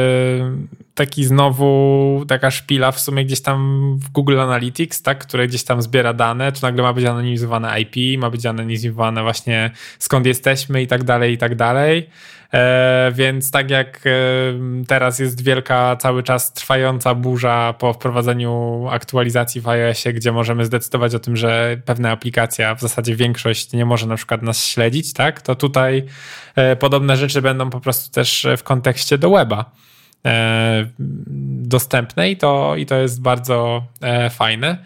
taki znowu taka szpila w sumie gdzieś tam w Google Analytics, tak, które gdzieś tam zbiera dane, tu nagle ma być anonimizowane I P, ma być anonimizowane właśnie skąd jesteśmy i tak dalej, i tak dalej. E, więc tak jak e, teraz jest wielka, cały czas trwająca burza po wprowadzeniu aktualizacji w iOSie, gdzie możemy zdecydować o tym, że pewna aplikacja, w zasadzie większość nie może na przykład nas śledzić, tak? To tutaj e, podobne rzeczy będą po prostu też w kontekście do weba e, dostępne i to, i to jest bardzo e, fajne.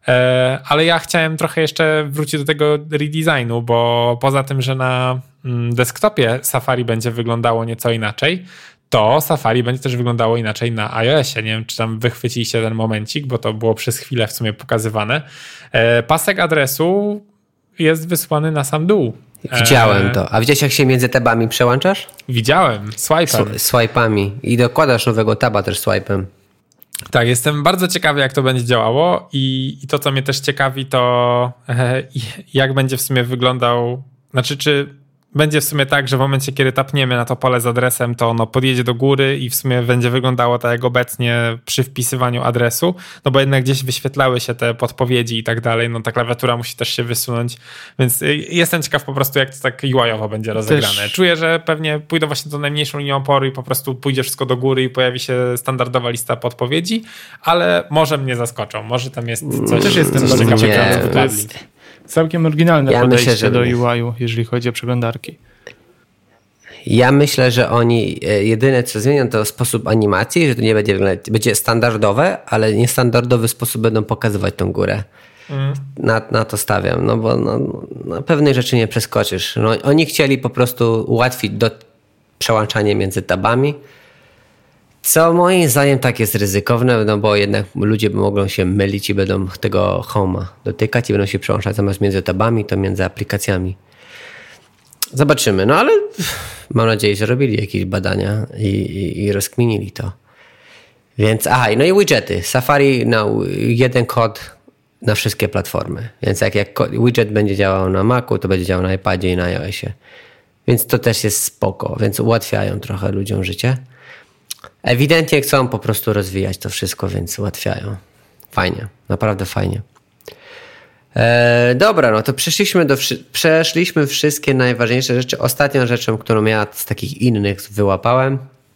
Ale ja chciałem trochę jeszcze wrócić do tego redesignu, bo poza tym, że na desktopie Safari będzie wyglądało nieco inaczej, to Safari będzie też wyglądało inaczej na iOSie. Nie wiem, czy tam wychwyciliście ten momencik, bo to było przez chwilę w sumie pokazywane. Pasek adresu jest wysłany na sam dół. Widziałem to. A widziałeś, jak się między tabami przełączasz? Widziałem. Swipe'em. Swipe'ami. I dokładasz nowego taba też swipe'em. Tak, jestem bardzo ciekawy, jak to będzie działało i, i to, co mnie też ciekawi, to e, jak będzie w sumie wyglądał, znaczy czy będzie w sumie tak, że w momencie, kiedy tapniemy na to pole z adresem, to ono podjedzie do góry i w sumie będzie wyglądało tak jak obecnie przy wpisywaniu adresu, no bo jednak gdzieś wyświetlały się te podpowiedzi i tak dalej, no ta klawiatura musi też się wysunąć, więc jestem ciekaw po prostu, jak to tak U I-owo będzie rozegrane. Też. Czuję, że pewnie pójdą właśnie tą najmniejszą linią oporu i po prostu pójdzie wszystko do góry i pojawi się standardowa lista podpowiedzi, ale może mnie zaskoczą, może tam jest coś, też jestem coś bardzo ciekawego. To jest całkiem oryginalne ja podejście myślę, że... do U I-u, jeżeli chodzi o przeglądarki. Ja myślę, że oni jedyne co zmienią to sposób animacji, że to nie będzie wyglądać, będzie standardowe, ale niestandardowy sposób będą pokazywać tą górę. Mm. Na, na to stawiam, no bo no, no, pewnej rzeczy nie przeskoczysz. No, oni chcieli po prostu ułatwić do przełączanie między tabami, co moim zdaniem tak jest ryzykowne, no bo jednak ludzie mogą się mylić i będą tego Home'a dotykać i będą się przełączać zamiast między tabami, to między aplikacjami. zobaczymy. No ale mam nadzieję, że robili jakieś badania i, i, i rozkminili to. Więc, aha, no i widgety. Safari, no, jeden kod na wszystkie platformy. Więc jak, jak widget będzie działał na Macu, to będzie działał na iPadzie i na iOSie. Więc to też jest spoko. Więc ułatwiają trochę ludziom życie. Ewidentnie chcą po prostu rozwijać to wszystko, więc ułatwiają. Fajnie, naprawdę fajnie. E, dobra, no to przeszliśmy, do, przeszliśmy wszystkie najważniejsze rzeczy. Ostatnią rzeczą, którą ja z takich innych wyłapałem,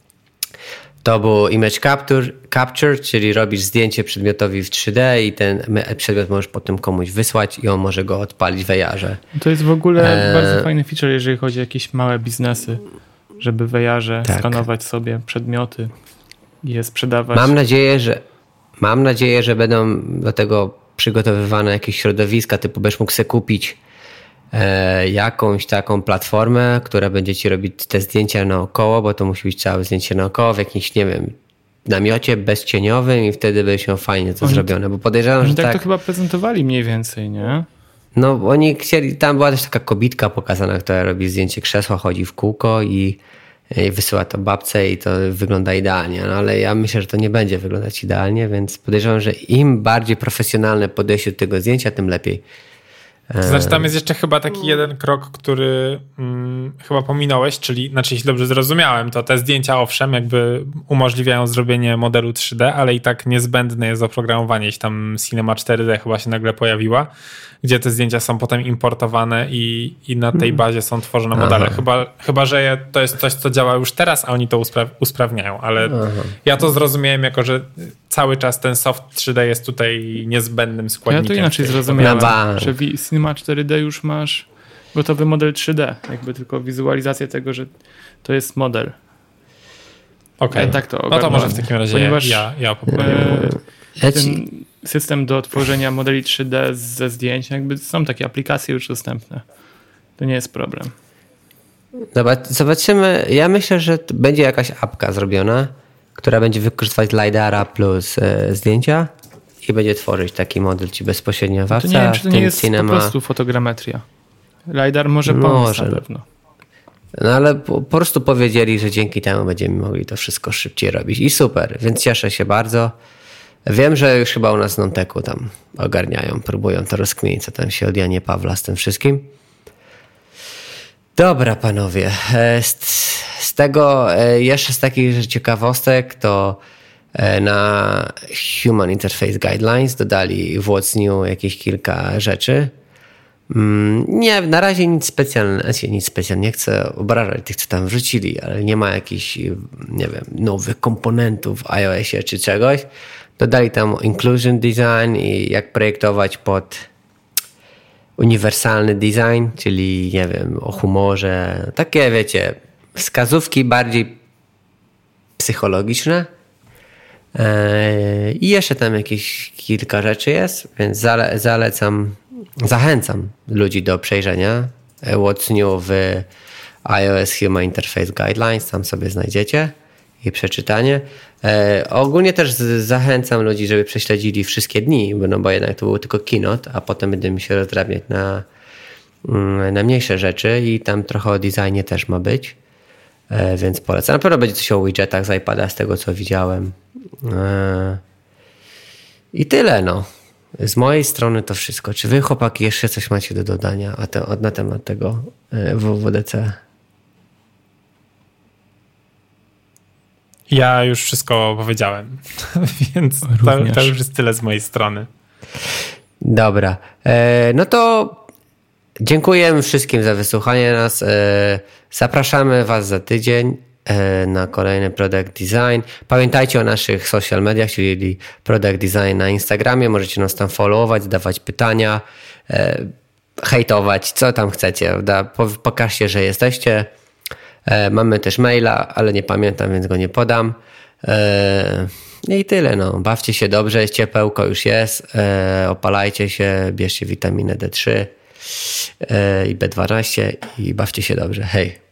to był image capture, capture, czyli robisz zdjęcie przedmiotowi w trzy D i ten przedmiot możesz potem komuś wysłać i on może go odpalić w A R-ze. To jest w ogóle e... bardzo fajny feature, jeżeli chodzi o jakieś małe biznesy, żeby w A R-ze tak. skanować sobie przedmioty i je sprzedawać. Mam nadzieję, że mam nadzieję, że będą do tego przygotowywane jakieś środowiska, typu będziesz mógł sobie kupić e, jakąś taką platformę, która będzie ci robić te zdjęcia naokoło, bo to musi być całe zdjęcie naokoło w jakimś, nie wiem, namiocie bezcieniowym i wtedy będzie się fajnie to oni, zrobione, bo podejrzewam, oni że tak... tak to chyba prezentowali mniej więcej, nie? No oni chcieli, tam była też taka kobitka pokazana, która robi zdjęcie krzesła, chodzi w kółko i, i wysyła to babce i to wygląda idealnie, no ale ja myślę, że to nie będzie wyglądać idealnie, więc podejrzewam, że im bardziej profesjonalne podejście do tego zdjęcia, tym lepiej. To znaczy tam jest jeszcze chyba taki jeden krok, który hmm, chyba pominąłeś, czyli, znaczy jeśli dobrze zrozumiałem, to te zdjęcia owszem jakby umożliwiają zrobienie modelu trzy D, ale i tak niezbędne jest oprogramowanie, jeśli tam Cinema cztery D chyba się nagle pojawiła, gdzie te zdjęcia są potem importowane i, i na tej bazie są tworzone modele. Chyba, chyba, że to jest coś, co działa już teraz, a oni to uspra- usprawniają, ale Aha. ja to zrozumiałem jako, że cały czas ten soft trzy D jest tutaj niezbędnym składnikiem. Ja to inaczej zrozumiałem, że w Cinema cztery D już masz gotowy model trzy D, jakby tylko wizualizację tego, że to jest model. Okej, okay. tak to no to może w takim razie Ponieważ, ja, ja opowiem. E, ten system do tworzenia modeli trzy D ze zdjęć, jakby są takie aplikacje już dostępne. To nie jest problem. Zobaczymy. Ja myślę, że będzie jakaś apka zrobiona, która będzie wykorzystywać LiDARa plus e, zdjęcia i będzie tworzyć taki model ci bezpośrednio w apce. To nie wiem, czy to nie jest cinema... po prostu fotogrametria. LiDAR może pomóc może. na pewno. No ale po, po prostu powiedzieli, że dzięki temu będziemy mogli to wszystko szybciej robić i super, więc cieszę się bardzo. Wiem, że już chyba u nas w Nonteku tam ogarniają, próbują to rozkminić, co tam się od Janie Pawła z tym wszystkim. Dobra, panowie. Z, z tego jeszcze z takich ciekawostek to na Human Interface Guidelines dodali w What's New jakieś kilka rzeczy. Nie, na razie nic specjalnego, nic specjalnego, nie chcę obrażać tych, co tam wrzucili, ale nie ma jakichś, nie wiem, nowych komponentów w iOSie czy czegoś. Dodali tam inclusion design i jak projektować pod uniwersalny design, czyli nie wiem, o humorze, takie wiecie, wskazówki bardziej psychologiczne. I jeszcze tam jakieś kilka rzeczy jest, więc zale- zalecam, zachęcam ludzi do przejrzenia What's New w iOS Human Interface Guidelines, tam sobie znajdziecie i przeczytanie. E, ogólnie też z, zachęcam ludzi, żeby prześledzili wszystkie dni, no bo jednak to był tylko keynote, a potem będziemy się rozdrabniać na, na mniejsze rzeczy i tam trochę o designie też ma być, e, więc polecam. Na pewno będzie coś o widgetach z iPada, z tego co widziałem. E, I tyle, no. Z mojej strony to wszystko. Czy wy, chłopaki, jeszcze coś macie do dodania a te, na temat tego W W D C? Ja już wszystko powiedziałem, więc to, to już jest tyle z mojej strony. Dobra. E, no to dziękujemy wszystkim za wysłuchanie nas. E, zapraszamy was za tydzień e, na kolejny Product Design. Pamiętajcie o naszych social mediach, czyli Product Design na Instagramie. Możecie nas tam followować, zadawać pytania, e, hejtować, co tam chcecie. Prawda? Pokażcie, że jesteście. Mamy też maila, ale nie pamiętam, więc go nie podam. I tyle. No. Bawcie się dobrze, jest ciepełko już jest. Opalajcie się, bierzcie witaminę D trzy i B dwanaście i bawcie się dobrze. Hej.